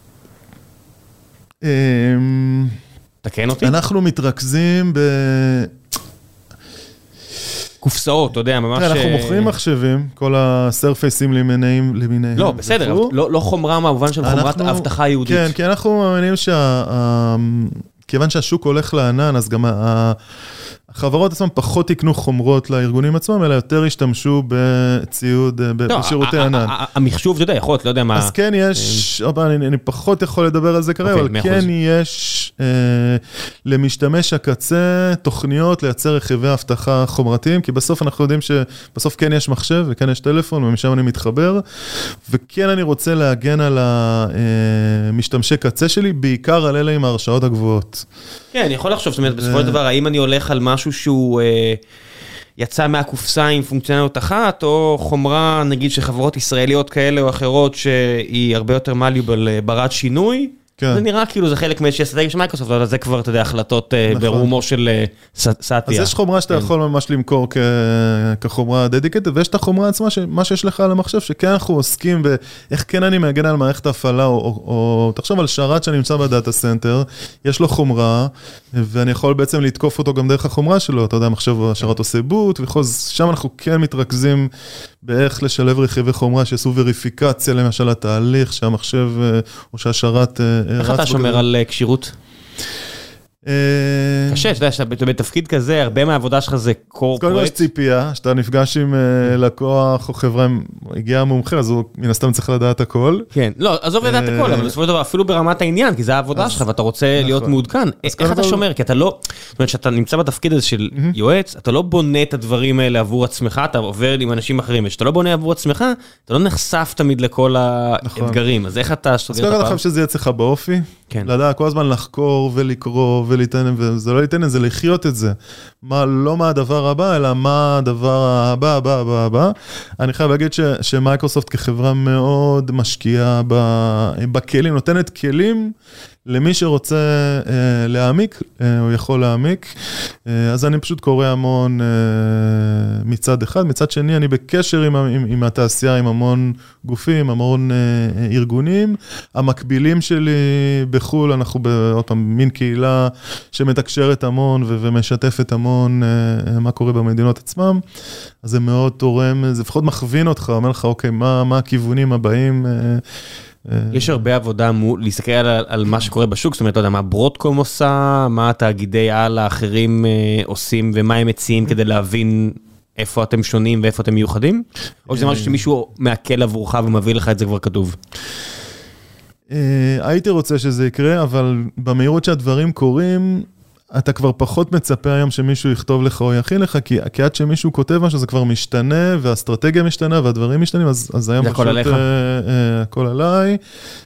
תקן אותי? אנחנו מתרכזים קופסאות, אתה יודע, ממש... אנחנו מוכרים מחשבים, כל הסרפייסים למיניהם. לא, בסדר, לא חומרה מהמובן של חומרת אבטחה יהודית. כן, כי אנחנו מאמינים כיוון שהשוק הולך לענן, אז גם החברות עצמם פחות יקנו חומרות לארגונים עצמם, אלא יותר ישתמשו בציוד, בשירותי ענן. המחשוב, אתה יודע, יכול להיות, לא יודע מה... אז כן יש, אני פחות יכול לדבר על זה כרגע, אבל כן יש למשתמש הקצה תוכניות לייצר רכיבי אבטחה חומרתיים, כי בסוף אנחנו יודעים שבסוף כן יש מחשב וכן יש טלפון, ומשם אני מתחבר, וכן אני רוצה להגן על המשתמשי קצה שלי, בעיקר על אלה עם ההרשאות הגבוהות. כן, אני יכול לחשוב, זאת אומרת, בסופו של דבר, האם אני הולך על משהו שהוא יצא מהקופסה עם פונקציונליות אחת, או חומרה, נגיד, שחברות ישראליות כאלה או אחרות, שהיא הרבה יותר מליובל ברת שינוי, זה נראה כאילו זה חלק מאיזושהי אסטרטגיה של מייקרוסופט, אבל זה כבר, אתה יודע, החלטות ברומו של סאטיה. אז יש חומרה שאתה יכול ממש למכור כחומרה דדיקטד, ויש את החומרה עצמה, מה שיש לך על המחשב, שכן אנחנו עוסקים באיך כן אני מגן על מערכת ההפעלה, או תחשוב על שרת שנמצא בדאטה סנטר, יש לו חומרה, ואני יכול בעצם לתקוף אותו גם דרך החומרה שלו, אתה יודע, מחשב השרת עושה בוט, שם אנחנו כן מתרכזים באיך לשלב רכיבי חומרה שעשו וריפיקציה, למשל התהליך שהמחשב או שהשרת איך אתה שומר על קשירות? קשה, אתה יודע, שאתה בתפקיד כזה, הרבה מהעבודה שלך זה קורפרט. קודם כל יש ציפייה, שאתה נפגש עם לקוח או חברה, הגיע המומחה, אז הוא מן הסתם צריך לדעת הכל. כן, לא, עזוב לדעת הכל, אבל בסופו של דבר, אפילו ברמת העניין, כי זה העבודה שלך, ואתה רוצה להיות מעודכן. איך אתה שומר? כי אתה לא, זאת אומרת, שאתה נמצא בתפקיד הזה של יועץ, אתה לא בונה את הדברים האלה עבור עצמך, אתה עובד עם אנשים אחרים, שאתה לא בונה עבור עצמך, אתה לא נחשף תמיד לכל האתגרים. אז איך אתה סוגר את הפעם? אז ככה שזה יהיה אצלך באופי, לדעת כל הזמן לחקור ולקרוא וליתן, וזה לא ליתן את זה, לחיות את זה. לא מה הדבר הבא, אלא מה הדבר הבא. אני חייב להגיד שמייקרוסופט כחברה מאוד משקיעה בכלים, נותנת כלים למי שרוצה להעמיק, הוא יכול להעמיק. אז אני פשוט קורא המון מצד אחד. מצד שני, אני בקשר עם התעשייה, עם המון גופים, המון ארגונים. המקבילים שלי בחול, אנחנו עוד פעם מין קהילה שמתקשרת המון ומשתפת המון מה קורה במדינות עצמם. אז זה מאוד תורם, זה לפחות מכווין אותך, אומר לך, אוקיי, מה הכיוונים הבאים? יש הרבה עבודה להסתכל על מה שקורה בשוק, זאת אומרת, לא יודע, מה ברודקום עושה, מה התאגידי על האחרים עושים, ומה הם מציעים כדי להבין איפה אתם שונים ואיפה אתם מיוחדים? או שזה משהו שמישהו מעכל עבורך ומביא לך את זה כבר כתוב? הייתי רוצה שזה יקרה, אבל במהירות שהדברים קורים, אתה כבר פחות מצפה היום שמישהו יכתוב לך או יכין לך, כי עד שמישהו כותב משהו זה כבר משתנה, והאסטרטגיה משתנה, והדברים משתנים, אז היום פשוט הכל עליי.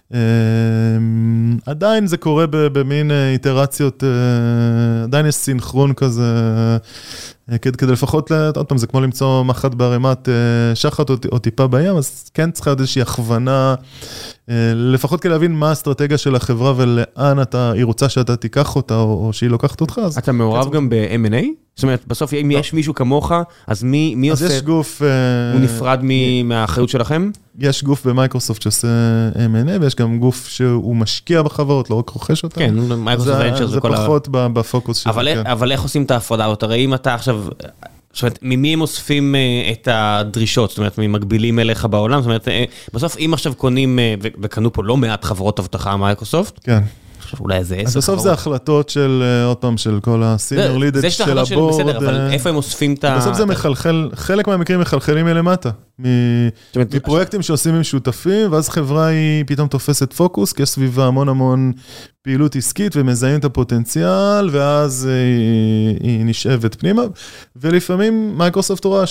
עדיין זה קורה במין איטרציות, עדיין יש סינכרון כזה, כדי לפחות, עוד פעם, זה כמו למצוא מחט בערימת שחת או טיפה בים, אז כן צריכה להיות איזושהי הכוונה, לפחות כדי להבין מה האסטרטגיה של החברה ולאן היא רוצה שאתה תיקח אותה או שהיא לוקחת אותך. אתה מעורב גם ב-M&A? זאת אומרת, בסוף אם יש מישהו כמוך, אז מי עושה? אז יש גוף... הוא נפרד מהאחריות שלכם? יש גוף במייקרוסופט שעושה M&A, ויש גם גוף שהוא משקיע בחברות, לא רק רוכש אותה. כן, מייקרוסופט ונצ'ר זה פחות בפוקוס שלו. אבל איך עושים את ההפרדה? הרי אם אתה עכשיו... זאת אומרת, ממי הם אוספים את הדרישות? זאת אומרת, ממקבילים אליך בעולם? זאת אומרת, בסוף אם עכשיו קונים, וקנו פה לא מעט חברות אבטחה מייקרוסופט, כן. אולי איזה 10 אז בסוף חברות. זה החלטות של, עוד פעם, של כל הסיניור לידד של הבורד. בסדר, אבל איפה הם אוספים את ה... בסוף זה מחלחל, חלק מהמקרים מחלחלים מלמטה, מפרויקטים שעושים עם שותפים, ואז חברה היא פתאום תופסת פוקוס, כי יש סביבה המון פעילות עסקית, ומזהים את הפוטנציאל, ואז היא נשאבת פנימה, ולפעמים מייקרוסופט רואה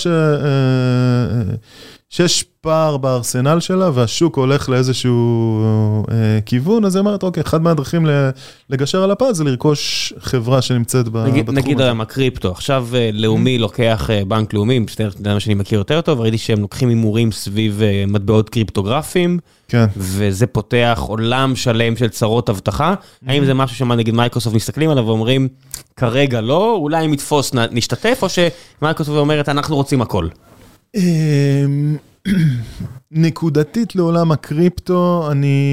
שיש פער בארסנל שלה, והשוק הולך לאיזשהו כיוון, אז היא אומרת, אוקיי, אחד מהדרכים לגשר על הפער, זה לרכוש חברה שנמצאת בתחום הזה. נגיד היום הקריפטו, עכשיו לאומי לוקח בנק לאומי, זה מה שאני מכיר יותר טוב, ראיתי שהם לוקחים הימורים סביב מטבעות קריפטוגרפיים, כן. וזה פותח עולם שלם של צרות אבטחה, האם זה משהו שמה נגיד מייקרוסופט מסתכלים עליו ואומרים, כרגע לא, אולי אם יתפוס נשתתף, או שמייקרוסופט אומרת, אנחנו רוצים הכל. נקודתית לעולם הקריפטו,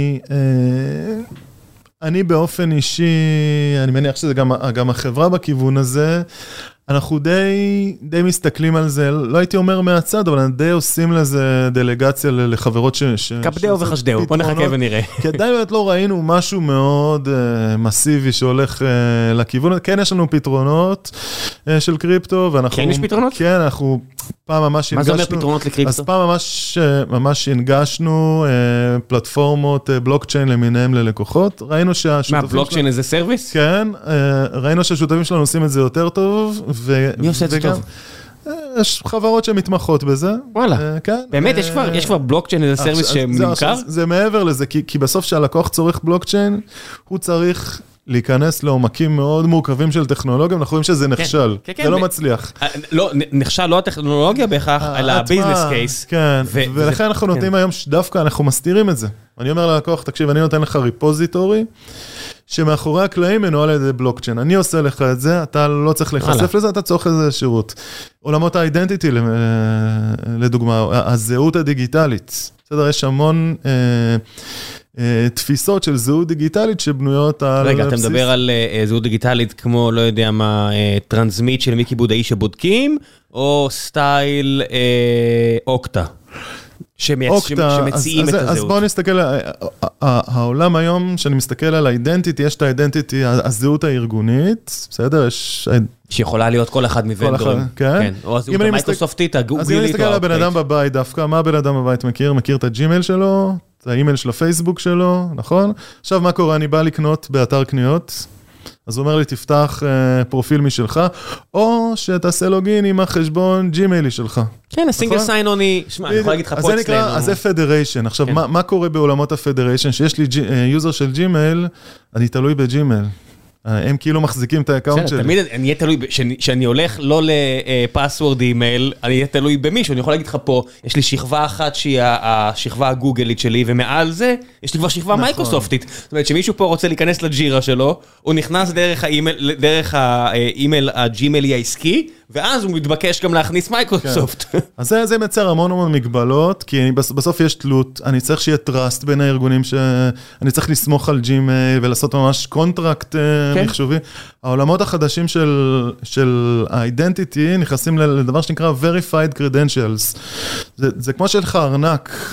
אני באופן אישי, אני מניח שזה גם החברה בכיוון הזה, אנחנו די מסתכלים על זה, לא הייתי אומר מהצד, אבל די עושים לזה דלגציה לחברות קפדאו וחשדאו, בוא נחכה ונראה. כי עדיין באמת לא ראינו משהו מאוד מסיבי שהולך לכיוון, כן יש לנו פתרונות של קריפטו, כן יש פתרונות? כן, אנחנו פעם ממש הנגשנו. מה זה אומר פתרונות לקריפטו? אז פעם ממש הנגשנו פלטפורמות בלוקצ'יין למיניהם ללקוחות, ראינו שהשותפים... מה, בלוקצ'יין איזה סרוויס? כן, ראינו שהשותפים שלנו עושים את זה יותר טוב, מי עושה את זה טוב? יש חברות שמתמחות בזה. וואלה. באמת, יש כבר בלוקצ'יין איזה סרוויס שנמכר? זה מעבר לזה, כי בסוף שהלקוח צורך בלוקצ'יין, הוא צריך להיכנס לעומקים מאוד מורכבים של טכנולוגיה, אנחנו רואים שזה נכשל, זה לא מצליח. לא, נכשל לא הטכנולוגיה בהכרח, אלא הביזנס קייס. כן, ולכן אנחנו נותנים היום, דווקא אנחנו מסתירים את זה. אני אומר ללקוח, תקשיב, אני נותן לך ריפוזיטורי, שמאחורי הקלעים מנוהל על ידי בלוקצ'יין. אני עושה לך את זה, אתה לא צריך להיחשף לזה, אתה צורך איזה שירות. עולמות האידנטיטי, לדוגמה, הזהות הדיגיטלית. בסדר, יש המון תפיסות של זהות דיגיטלית שבנויות על... רגע, אתה מדבר על זהות דיגיטלית כמו, לא יודע מה, טרנסמיט של מיקי בודאי שבודקים, או סטייל אוקטה? שמציעים את הזהות. אז בואו נסתכל, העולם היום, שאני מסתכל על האידנטיטי, יש את האידנטיטי, הזהות הארגונית, בסדר? שיכולה להיות כל אחד מוונדורים. כן. או הזהות המייקרוסופטית, הגוגלית. אז אם נסתכל על הבן אדם בבית דווקא, מה הבן אדם בבית מכיר? מכיר את הג'ימייל שלו, את האימייל של הפייסבוק שלו, נכון? עכשיו מה קורה? אני בא לקנות באתר קניות, אז הוא אומר לי, תפתח פרופיל משלך, או שתעשה לוגין עם החשבון ג'ימיילי שלך. כן, הסינגל סיין-אוני, שמע, אני יכול להגיד לך פה אצלנו. אז זה פדריישן. עכשיו, מה קורה בעולמות הפדריישן? שיש לי יוזר של ג'ימייל, אני תלוי בג'ימייל. הם כאילו מחזיקים את האקאונט שלי. תמיד אני אהיה תלוי, שאני הולך לא לפסוורד אימייל, אני אהיה תלוי במישהו, אני יכול להגיד לך פה, יש לי שכבה אחת שהיא השכבה הגוגלית שלי, ומעל זה, יש לי כבר שכבה מייקרוסופטית. זאת אומרת, שמישהו פה רוצה להיכנס לג'ירה שלו, הוא נכנס דרך האימייל הג'ימיילי העסקי, ואז הוא מתבקש גם להכניס מייקרוסופט. אז זה מצר המון מגבלות, כי בסוף יש תלות, אני צריך שיהיה טראסט בין הארגונים, שאני צריך לסמוך על ג'ימייל, ולעשות ממש קונטרקט מחשובי. העולמות החדשים של האידנטיטי נכנסים לדבר שנקרא Verified Credentials. זה כמו שלך ארנק,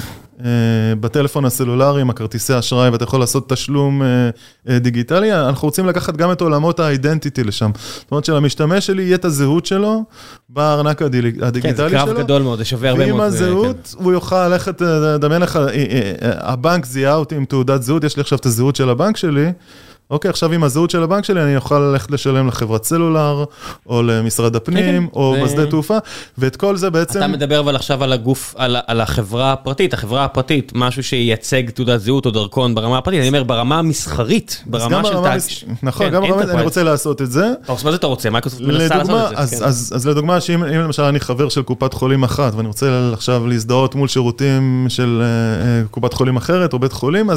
בטלפון הסלולרי עם הכרטיסי אשראי, ואתה יכול לעשות תשלום דיגיטלי, אנחנו רוצים לקחת גם את עולמות האידנטיטי לשם. זאת אומרת שלמשתמש שלי יהיה את הזהות שלו, בארנק הדיגיטלי שלו. כן, זה קרב גדול מאוד, זה שווה הרבה מאוד. ועם הזהות, הוא יוכל ללכת, דמיין לך, הבנק זיהה אותי עם תעודת זהות, יש לי עכשיו את הזהות של הבנק שלי, אוקיי, עכשיו עם הזהות של הבנק שלי, אני אוכל ללכת לשלם לחברת סלולר, או למשרד הפנים, או בשדה תעופה, ואת כל זה בעצם... אתה מדבר אבל עכשיו על הגוף, על החברה הפרטית, החברה הפרטית, משהו שייצג תעודת זהות או דרכון ברמה הפרטית, אני אומר, ברמה המסחרית, ברמה של תאגיד. נכון, גם ברמה, אני רוצה לעשות את זה. מה זה אתה רוצה? מייקרוסופט מנסה לעשות את זה. אז לדוגמה, שאם למשל אני חבר של קופת חולים אחת, ואני רוצה עכשיו להזדהות מול שירותים של קופת חולים אחרת, או בית חולים,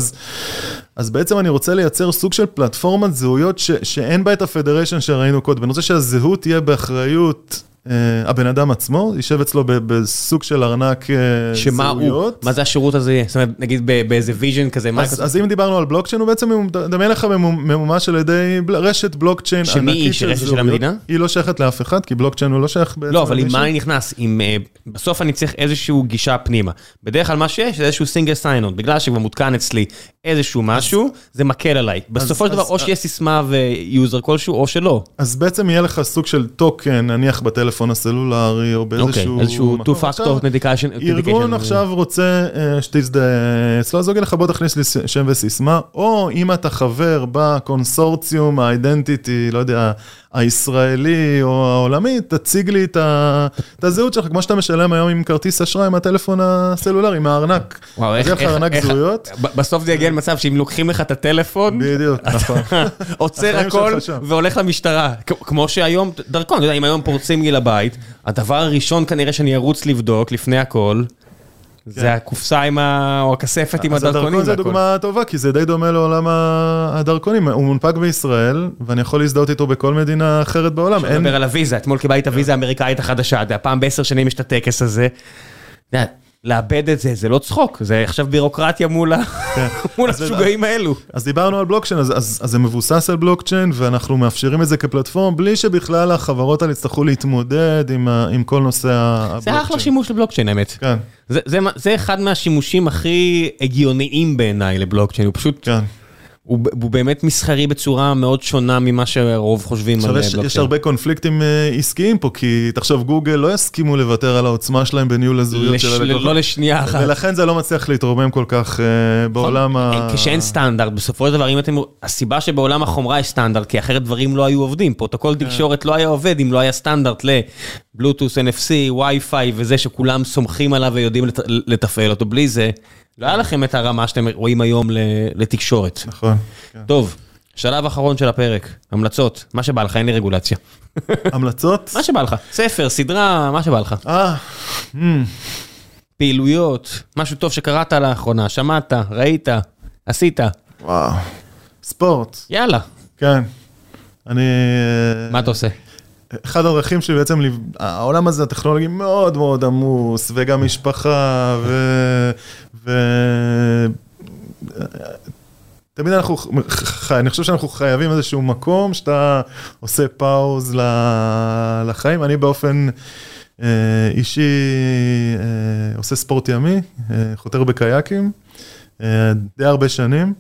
אז בעצם אני רוצה לייצר סוג של פלטפורמת זהויות שאין בה את הפדריישן שראינו קודם. אני רוצה שהזהות תהיה באחריות הבן אדם עצמו, יישב אצלו בסוג של ארנק זהויות. מה זה השירות הזה? זאת אומרת, נגיד באיזה ויז'ן כזה, אז אם דיברנו על בלוקצ'יין, הוא בעצם דמיין לך ממומש על ידי רשת בלוקצ'יין ענקית של זהויות. שמי היא? רשת של המדינה? היא לא שייכת לאף אחד, כי בלוקצ'יין הוא לא שייך בעצם. לא, אבל עם מה אני נכנס? בסוף אני צריך איזשהו גישה פנימה. בדרך כלל מה שיש זה איזשהו סינגל סיינון, בגלל שכבר מותקן אצלי איזשהו משהו, זה מקל עליי. בסופו של דבר, או שיש סיסמה ויוזר כלשהו, או שלא. אז בעצם יהיה לך סוג של טוקן, נניח בטלפון הסלולרי, או באיזשהו... איזשהו two-factor authentication. ארגון עכשיו רוצה שתזדהה, אצלו אז אוקיי לך, בוא תכניס לי שם וסיסמה, או אם אתה חבר בקונסורציום, האידנטיטי, לא יודע, הישראלי או העולמי, תציג לי את הזהות שלך, כמו שאתה משלם היום עם כרטיס אשראי, עם הטלפון הסלולרי, עם הארנק. אז יהיה לך ארנק זהויות. בסוף זה יגיע למצב שאם לוקחים לך את הטלפון, בדיוק, נכון. עוצר הכל והולך למשטרה. כמו שהיום, דרכון, אתה יודע, אם היום פורצים לי לבית, הדבר הראשון כנראה שאני ארוץ לבדוק לפני הכל, זה הקופסה או הכספת עם הדרכונים. הדרכון זה דוגמה טובה, כי זה די דומה לעולם הדרכונים. הוא מונפק בישראל, ואני יכול להזדהות איתו בכל מדינה אחרת בעולם. אני מדבר על הוויזה, אתמול קיבלתי את הוויזה האמריקאית החדשה, פעם ב10 שנים יש את הטקס הזה. לאבד את זה, זה לא צחוק, זה עכשיו בירוקרטיה מול השוגעים האלו. אז דיברנו על בלוקצ'יין, אז זה מבוסס על בלוקצ'יין, ואנחנו מאפשרים את זה כפלטפורם, בלי שבכלל החברות האלה יצטרכו להתמודד עם כל נושא הבלוקצ'יין. זה אחלה שימוש לבלוקצ'יין, האמת. כן. זה אחד מהשימושים הכי הגיוניים בעיניי לבלוקצ'יין, הוא פשוט... כן. הוא באמת מסחרי בצורה מאוד שונה ממה שרוב חושבים על בלוקצ'יין. יש הרבה קונפליקטים עסקיים פה, כי תחשוב גוגל לא יסכימו לוותר על העוצמה שלהם בניהול הזהויות של הלקוחות. לא לשנייה אחת. ולכן זה לא מצליח להתרומם כל כך בעולם כשאין סטנדרט, בסופו של דבר, הסיבה שבעולם החומרה יש סטנדרט, כי אחרת דברים לא היו עובדים. פרוטוקול תקשורת לא היה עובד אם לא היה סטנדרט לבלוטוס, NFC, וי-פיי וזה שכולם סומכים עליו ויודעים לתפעל אותו. בלי זה, לא היה לכם את הרמה שאתם רואים היום לתקשורת. נכון. טוב, שלב אחרון של הפרק, המלצות, מה שבא לך, אין לי רגולציה. המלצות? מה שבא לך, ספר, סדרה, מה שבא לך. פעילויות, משהו טוב שקראת לאחרונה, שמעת, ראית, עשית. וואו, ספורט. יאללה. כן. מה אתה עושה? אחד הדרכים שלי בעצם, העולם הזה הטכנולוגי מאוד מאוד עמוס, וגם משפחה, תמיד אני חושב שאנחנו חייבים איזשהו מקום, שאתה עושה פאוז לחיים. אני באופן אישי עושה ספורט ימי, חותר בקייקים, די הרבה שנים.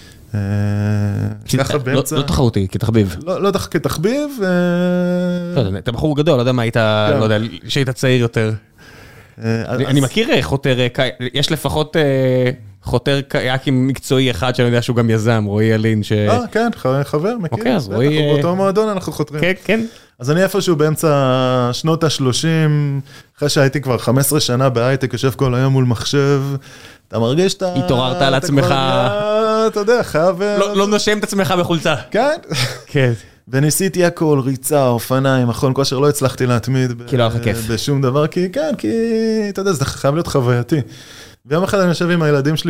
לא תחרותי, כתחביב. לא כתחביב. אתה בחור גדול, לא יודע מה היית, לא יודע, שהיית צעיר יותר. אני מכיר חותר, יש לפחות חותר קייקים מקצועי אחד שאני יודע שהוא גם יזם, רועי ילין. כן, חבר, מכיר. אוקיי, אז רועי... באותו מועדון אנחנו חותרים. כן, כן. אז אני איפשהו באמצע שנות ה-30, אחרי שהייתי כבר 15 שנה בהייטק, יושב כל היום מול מחשב, אתה מרגיש שאתה... התעוררת על עצמך... אתה יודע, חייב... לא נושם את עצמך בחולצה. כן. כן. וניסיתי הכל, ריצה, אופניים, מכון כושר, לא הצלחתי להתמיד בשום דבר, כי כן, כי אתה יודע, זה חייב להיות חווייתי. ויום אחד אני יושב עם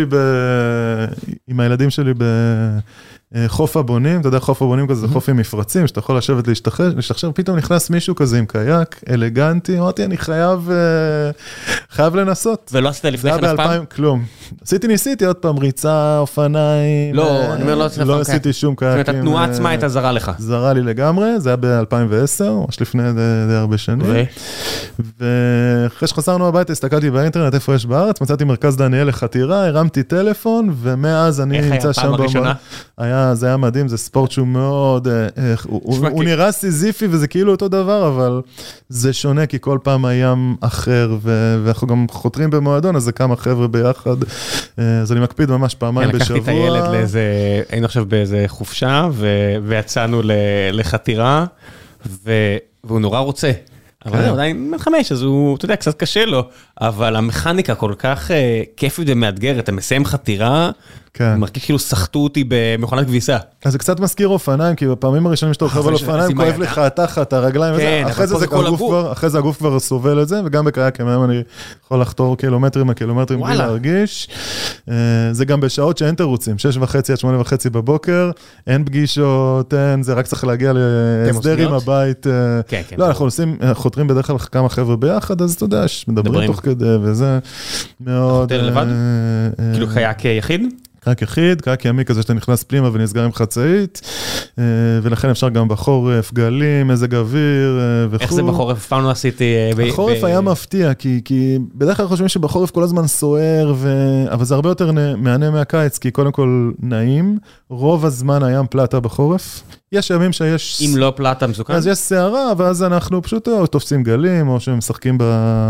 הילדים שלי בחוף הבונים, אתה יודע, חוף הבונים כזה, זה חוף עם מפרצים, שאתה יכול לשבת להשתחשב, פתאום נכנס מישהו כזה עם קייק, אלגנטי, אמרתי, אני חייב לנסות. ולא עשית לפני כן אף פעם? כלום. ניסיתי עוד פעם, ריצה, אופניים. לא, אני אומר, לא עשית אף פעם. לא עשיתי שום קייקים. זאת אומרת, התנועה עצמה הייתה זרה לך. זרה לי לגמרי, זה היה ב-2010, ממש לפני די הרבה שנים. ואחרי שחזרנו הביתה, הסתכלתי באינטרנט, איפה יש בארץ, מצאתי מרכז דניאל לחתירה, הרמתי טלפון, ומאז אני נמצא שם זה היה מדהים, זה ספורט שהוא מאוד, הוא נראה סיזיפי וזה כאילו אותו דבר, אבל זה שונה כי כל פעם הים אחר, ואנחנו גם חותרים במועדון, אז זה כמה חבר'ה ביחד, אז אני מקפיד ממש פעמיים בשבוע. לקחתי את הילד לאיזה, היינו עכשיו באיזה חופשה, ויצאנו לחתירה, והוא נורא רוצה. אבל הוא עדיין בן 5, אז הוא, אתה יודע, קצת קשה לו, אבל המכניקה כל כך כיפית ומאתגרת, אתה מסיים חתירה, מרגיש כאילו סחטו אותי במכונת כביסה. אז זה קצת מזכיר אופניים, כי בפעמים הראשונים שאתה רוכב על אופניים, כואב לך התחת, הרגליים וזה, אחרי זה הגוף כבר סובל את זה, וגם בקייקים היום אני יכול לחתור קילומטרים בלי להרגיש. זה גם בשעות שאין תירוצים, 6:30 עד 8:30 בבוקר, אין פגישות, זה רק צריך להגיע להסדר עם הבית. לא, אנחנו שוטרים בדרך כלל כמה חבר'ה ביחד, אז אתה יודע, מדברים תוך כדי, וזה מאוד... אתה לבד? כאילו קייק יחיד? קייק יחיד, קייק ימי כזה שאתה נכנס פנימה ונסגר עם חצאית, ולכן אפשר גם בחורף, גלים, מזג אוויר וכו'. איך זה בחורף? אף פעם לא עשיתי... החורף היה מפתיע, כי בדרך כלל חושבים שבחורף כל הזמן סוער, אבל זה הרבה יותר מענה מהקיץ, כי קודם כל נעים, רוב הזמן הים פלטה בחורף. יש ימים שיש... אם לא פלטה מסוכן? אז יש שערה, ואז אנחנו פשוט או תופסים גלים, או שמשחקים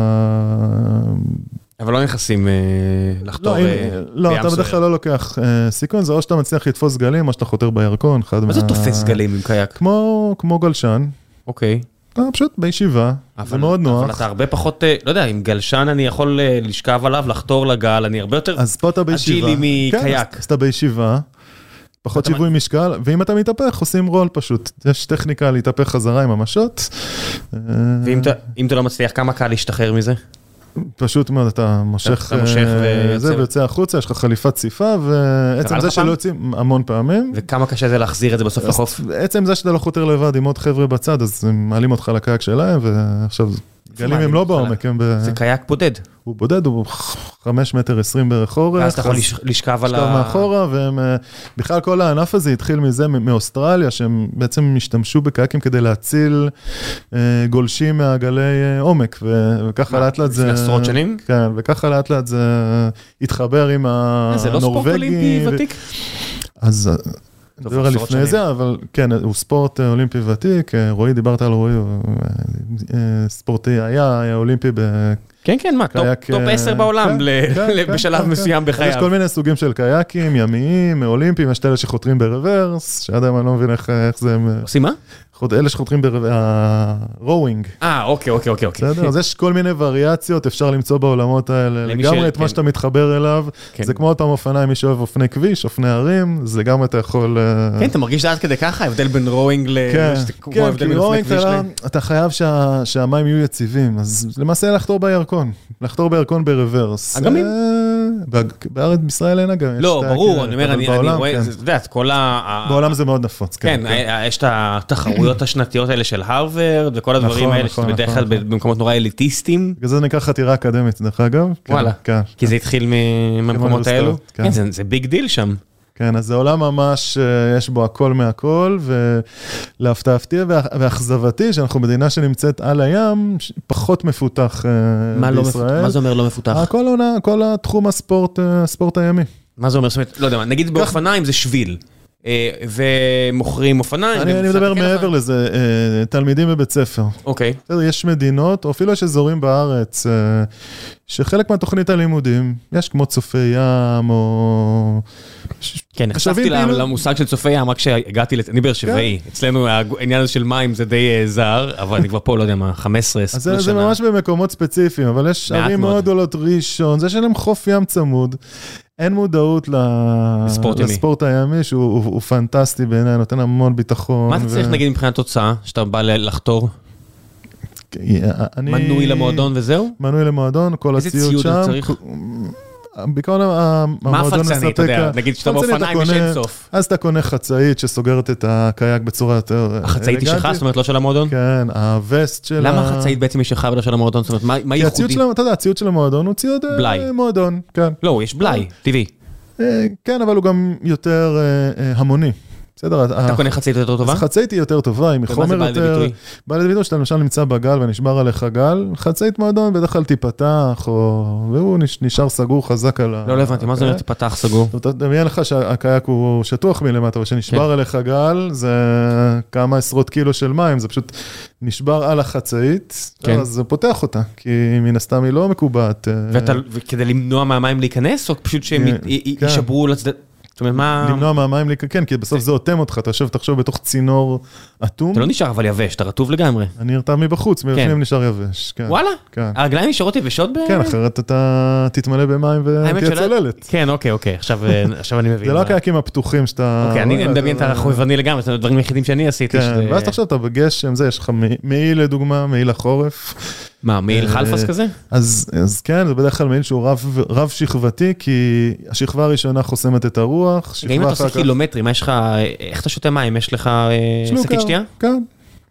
אבל לא נכנסים לחתור בים סוער. לא, אתה בדרך כלל לא לוקח סיכון, זה או שאתה מצליח לתפוס גלים, או שאתה חותר בירקון. מה זה תופס גלים עם קייק? כמו גלשן. אוקיי. פשוט בישיבה, זה מאוד נוח. אבל אתה הרבה פחות, לא יודע, עם גלשן אני יכול לשכב עליו, לחתור לגל, אני הרבה יותר אג'ילי מקייק. אז אתה בישיבה, פחות שיווי משקל, ואם אתה מתהפך, עושים רול פשוט. יש טכניקה להתהפך חזרה עם המשות. ואם אתה לא מצליח, כמה קל להשתחרר מזה? פשוט מאוד, אתה מושך זה ויוצא החוצה, יש לך חליפת ציפה, ועצם זה שלא יוצאים המון פעמים. וכמה קשה זה להחזיר את זה בסוף לחוף? עצם זה שאתה לא חותר לבד עם עוד חבר'ה בצד, אז הם מעלים אותך לקייק שלהם, ועכשיו גלים הם לא בעומק. זה קייק בודד. הוא בודד, הוא 5.20 מטר בערך אורך. ואז אתה יכול לשכב על לשכב מאחורה, ובכלל כל הענף הזה התחיל מזה, מאוסטרליה, שהם בעצם השתמשו בקייקים כדי להציל גולשים מהגלי עומק, וככה לאט לאט זה... לפני עשרות שנים? כן, וככה לאט לאט זה התחבר עם הנורווגים. זה לא ספורט אולימפי ותיק? אז... נדבר על לפני זה, אבל כן, הוא ספורט אולימפי ותיק, רועי, דיברת על רועי, ספורטי היה אולימפי כן, כן, מה, טופ 10 בעולם בשלב מסוים בחייו. יש כל מיני סוגים של קייקים, ימיים, אולימפיים, יש אלה שחותרים ברוורס, שעד היום אני לא מבין איך זה... עושים מה? אלה שחותרים רואינג. אוקיי. בסדר, אז יש כל מיני וריאציות, אפשר למצוא בעולמות האלה, לגמרי את מה שאתה מתחבר אליו, זה כמו אותם אופניים, מי שאוהב אופני כביש, אופני ערים, זה גם אתה יכול... כן, אתה מרגיש עד כדי ככה, ההבדל בין רואינג כן, כי רואינג אתה חייב שהמים יהיו יציבים, אז למעשה לחתור בירקון ברוורס. אגמים? בארץ בישראל אין אגמים. לא, ברור, אני אומר, אני רואה, אתה יודע, כל ה... בעולם זה מאוד נפוץ. כן, יש את התחרויות השנתיות האלה של הרווארד, וכל הדברים האלה, שזה בדרך כלל במקומות נורא אליטיסטים. בגלל זה נקרא חתירה אקדמית, דרך אגב. וואלה, כי זה התחיל מהמקומות האלו. כן, זה ביג דיל שם. כן, אז זה עולם ממש, יש בו הכל מהכל, ולהפתעתי ואכזבתי, שאנחנו מדינה שנמצאת על הים, פחות מפותח בישראל. מה זה אומר לא מפותח? כל התחום הספורט הימי. מה זה אומר? לא יודע, נגיד באופניים זה שביל, ומוכרים אופניים. אני מדבר מעבר לזה, תלמידים בבית ספר. אוקיי. יש מדינות, או אפילו יש אזורים בארץ, שחלק מהתוכנית הלימודים, יש כמו צופי ים, או... כן, נחשפתי למושג של צופי ים, רק שהגעתי, אני באר שבעי, אצלנו העניין הזה של מים זה די זר, אבל אני כבר פה, לא יודע מה, 15-20 שנה. זה ממש במקומות ספציפיים, אבל יש ערים מאוד גדולות, ראשון, זה שלהם חוף ים צמוד, אין מודעות לספורט הימי, שהוא פנטסטי בעיניי, נותן המון ביטחון. מה אתה צריך נגיד מבחינת תוצאה, שאתה בא לחתור? מנוי למועדון וזהו? מנוי למועדון, כל הציוד שם. איזה ציוד צריך? בעיקרון המועדון מספק... אתה יודע, נגיד שאתה באופניים יש אין סוף. אז אתה קונה חצאית שסוגרת את הקייק בצורה יותר... החצאית היא שלך, זאת אומרת לא של המועדון? כן, הווסט של... למה החצאית בעצם היא שלך ולא של המועדון? זאת אומרת, מה ייחודי? אתה יודע, הציוד של המועדון הוא ציוד מועדון, כן. לא, יש בלי, טבעי. כן, אבל הוא גם יותר המוני. בסדר, אתה קונה חצאית יותר טובה? אז חצאית היא יותר טובה, היא מחומר יותר... ומה זה בא לידי ביטוי? בא לידי ביטוי שאתה למשל נמצא בגל ונשבר עליך גל, חצאית מועדון בדרך כלל תיפתח, והוא נשאר סגור חזק על ה... לא הבנתי, מה זה אומר תיפתח סגור? אתה דמיין לך שהקייק הוא שטוח מלמטה, אבל שנשבר עליך גל, זה כמה עשרות קילו של מים, זה פשוט נשבר על החצאית, אז זה פותח אותה, כי מן הסתם היא לא מקובעת. וכדי למנוע מהמים להיכנס, או פשוט שהם יישברו לצדד... למנוע מהמים, כן, כי בסוף זה אותם אותך, אתה יושב תחשוב בתוך צינור אטום. אתה לא נשאר אבל יבש, אתה רטוב לגמרי. אני הרטב מבחוץ, מבפנים נשאר יבש. וואלה? הרגליים נשארות יבשות? כן, אחרת אתה תתמלא במים ותהיה צוללת. כן, אוקיי, עכשיו אני מבין. זה לא הקייקים הפתוחים שאתה... אוקיי, אני מדמיין את החובבני לגמרי, זה הדברים היחידים שאני עשיתי. ואז תחשוב, אתה בגשם, יש לך מעיל לדוגמה, מעיל החורף. מה, מעיל חלפס כזה? אז כן, זה בדרך כלל מעיל שהוא רב שכבתי, כי השכבה הראשונה חוסמת את הרוח. אם אתה עושה קילומטרים, איך אתה שותה מים? יש לך שקית שתייה? כן.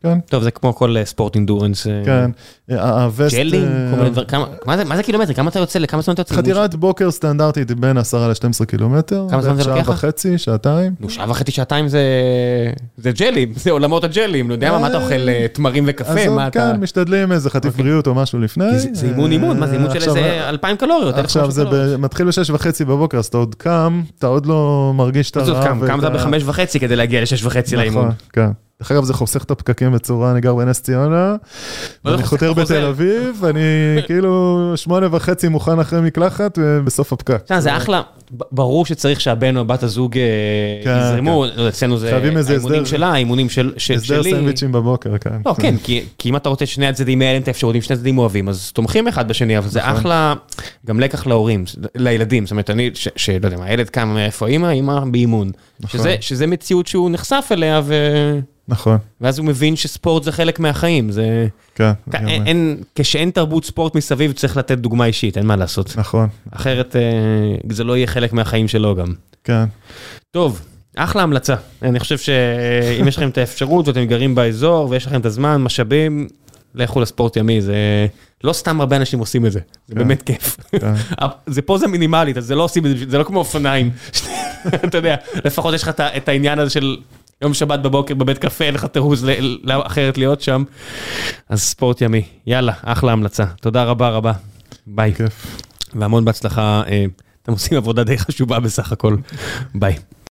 כן. טוב, זה כמו כל ספורט אינדורנס. כן. ג'לים, מה זה קילומטר? כמה אתה יוצא? לכמה זמן אתה יוצא? חדירת בוקר סטנדרטית בין 10 ל-12 קילומטר. כמה זמן זה לוקח? שעה וחצי, שעתיים. שעה וחצי, שעתיים זה ג'לים, זה עולמות הג'לים. לא יודע מה אתה אוכל, תמרים וקפה? אז כן, משתדלים איזה חטיף בריאות או משהו לפני. זה אימון, מה זה אימון של איזה 2,000 קלוריות? עכשיו זה מתחיל ב-6:30 בבוקר, אז אתה עוד קם, אתה עוד לא מרגיש את הרעב. קם זה ב-5:30 כדי להגיע ל-6:30 לאימון. כן. דרך אגב, זה חוסך את הפקקים בצורה, אני גר בנס ציונה, ואני חותר בתל אביב, אני כאילו 8:30 מוכן אחרי מקלחת, ובסוף הפקק. זה אחלה, ברור שצריך שהבן או בת הזוג יזרמו, אצלנו זה האימונים שלה, האימונים שלי. הסדר סנדוויצ'ים בבוקר, כן. לא, כן, כי אם אתה רוצה שני הצדדים האלה, את האפשרות, אם שני הצדדים אוהבים, אז תומכים אחד בשני, אבל זה אחלה, גם לקח להורים, לילדים, זאת אומרת, אני, שלא יודע, הילד קם איפה אמא באימון, שזה מציאות שהוא נחשף אליה נכון. ואז הוא מבין שספורט זה חלק מהחיים, זה... כן. כשאין תרבות ספורט מסביב, צריך לתת דוגמה אישית, אין מה לעשות. נכון. אחרת זה לא יהיה חלק מהחיים שלו גם. כן. טוב, אחלה המלצה. אני חושב שאם יש לכם את האפשרות ואתם גרים באזור ויש לכם את הזמן, משאבים, לכו לספורט ימי, זה... לא סתם הרבה אנשים עושים את זה, זה באמת כיף. זה פה זה מינימלית, אז זה לא עושים את זה, זה לא כמו אופניים. אתה יודע, לפחות יש לך את העניין הזה של... יום שבת בבוקר בבית קפה, אין לך תירוץ אחרת להיות שם. אז ספורט ימי. יאללה, אחלה המלצה. תודה רבה. ביי. כיף. והמון בהצלחה. אתם עושים עבודה די חשובה בסך הכל. ביי.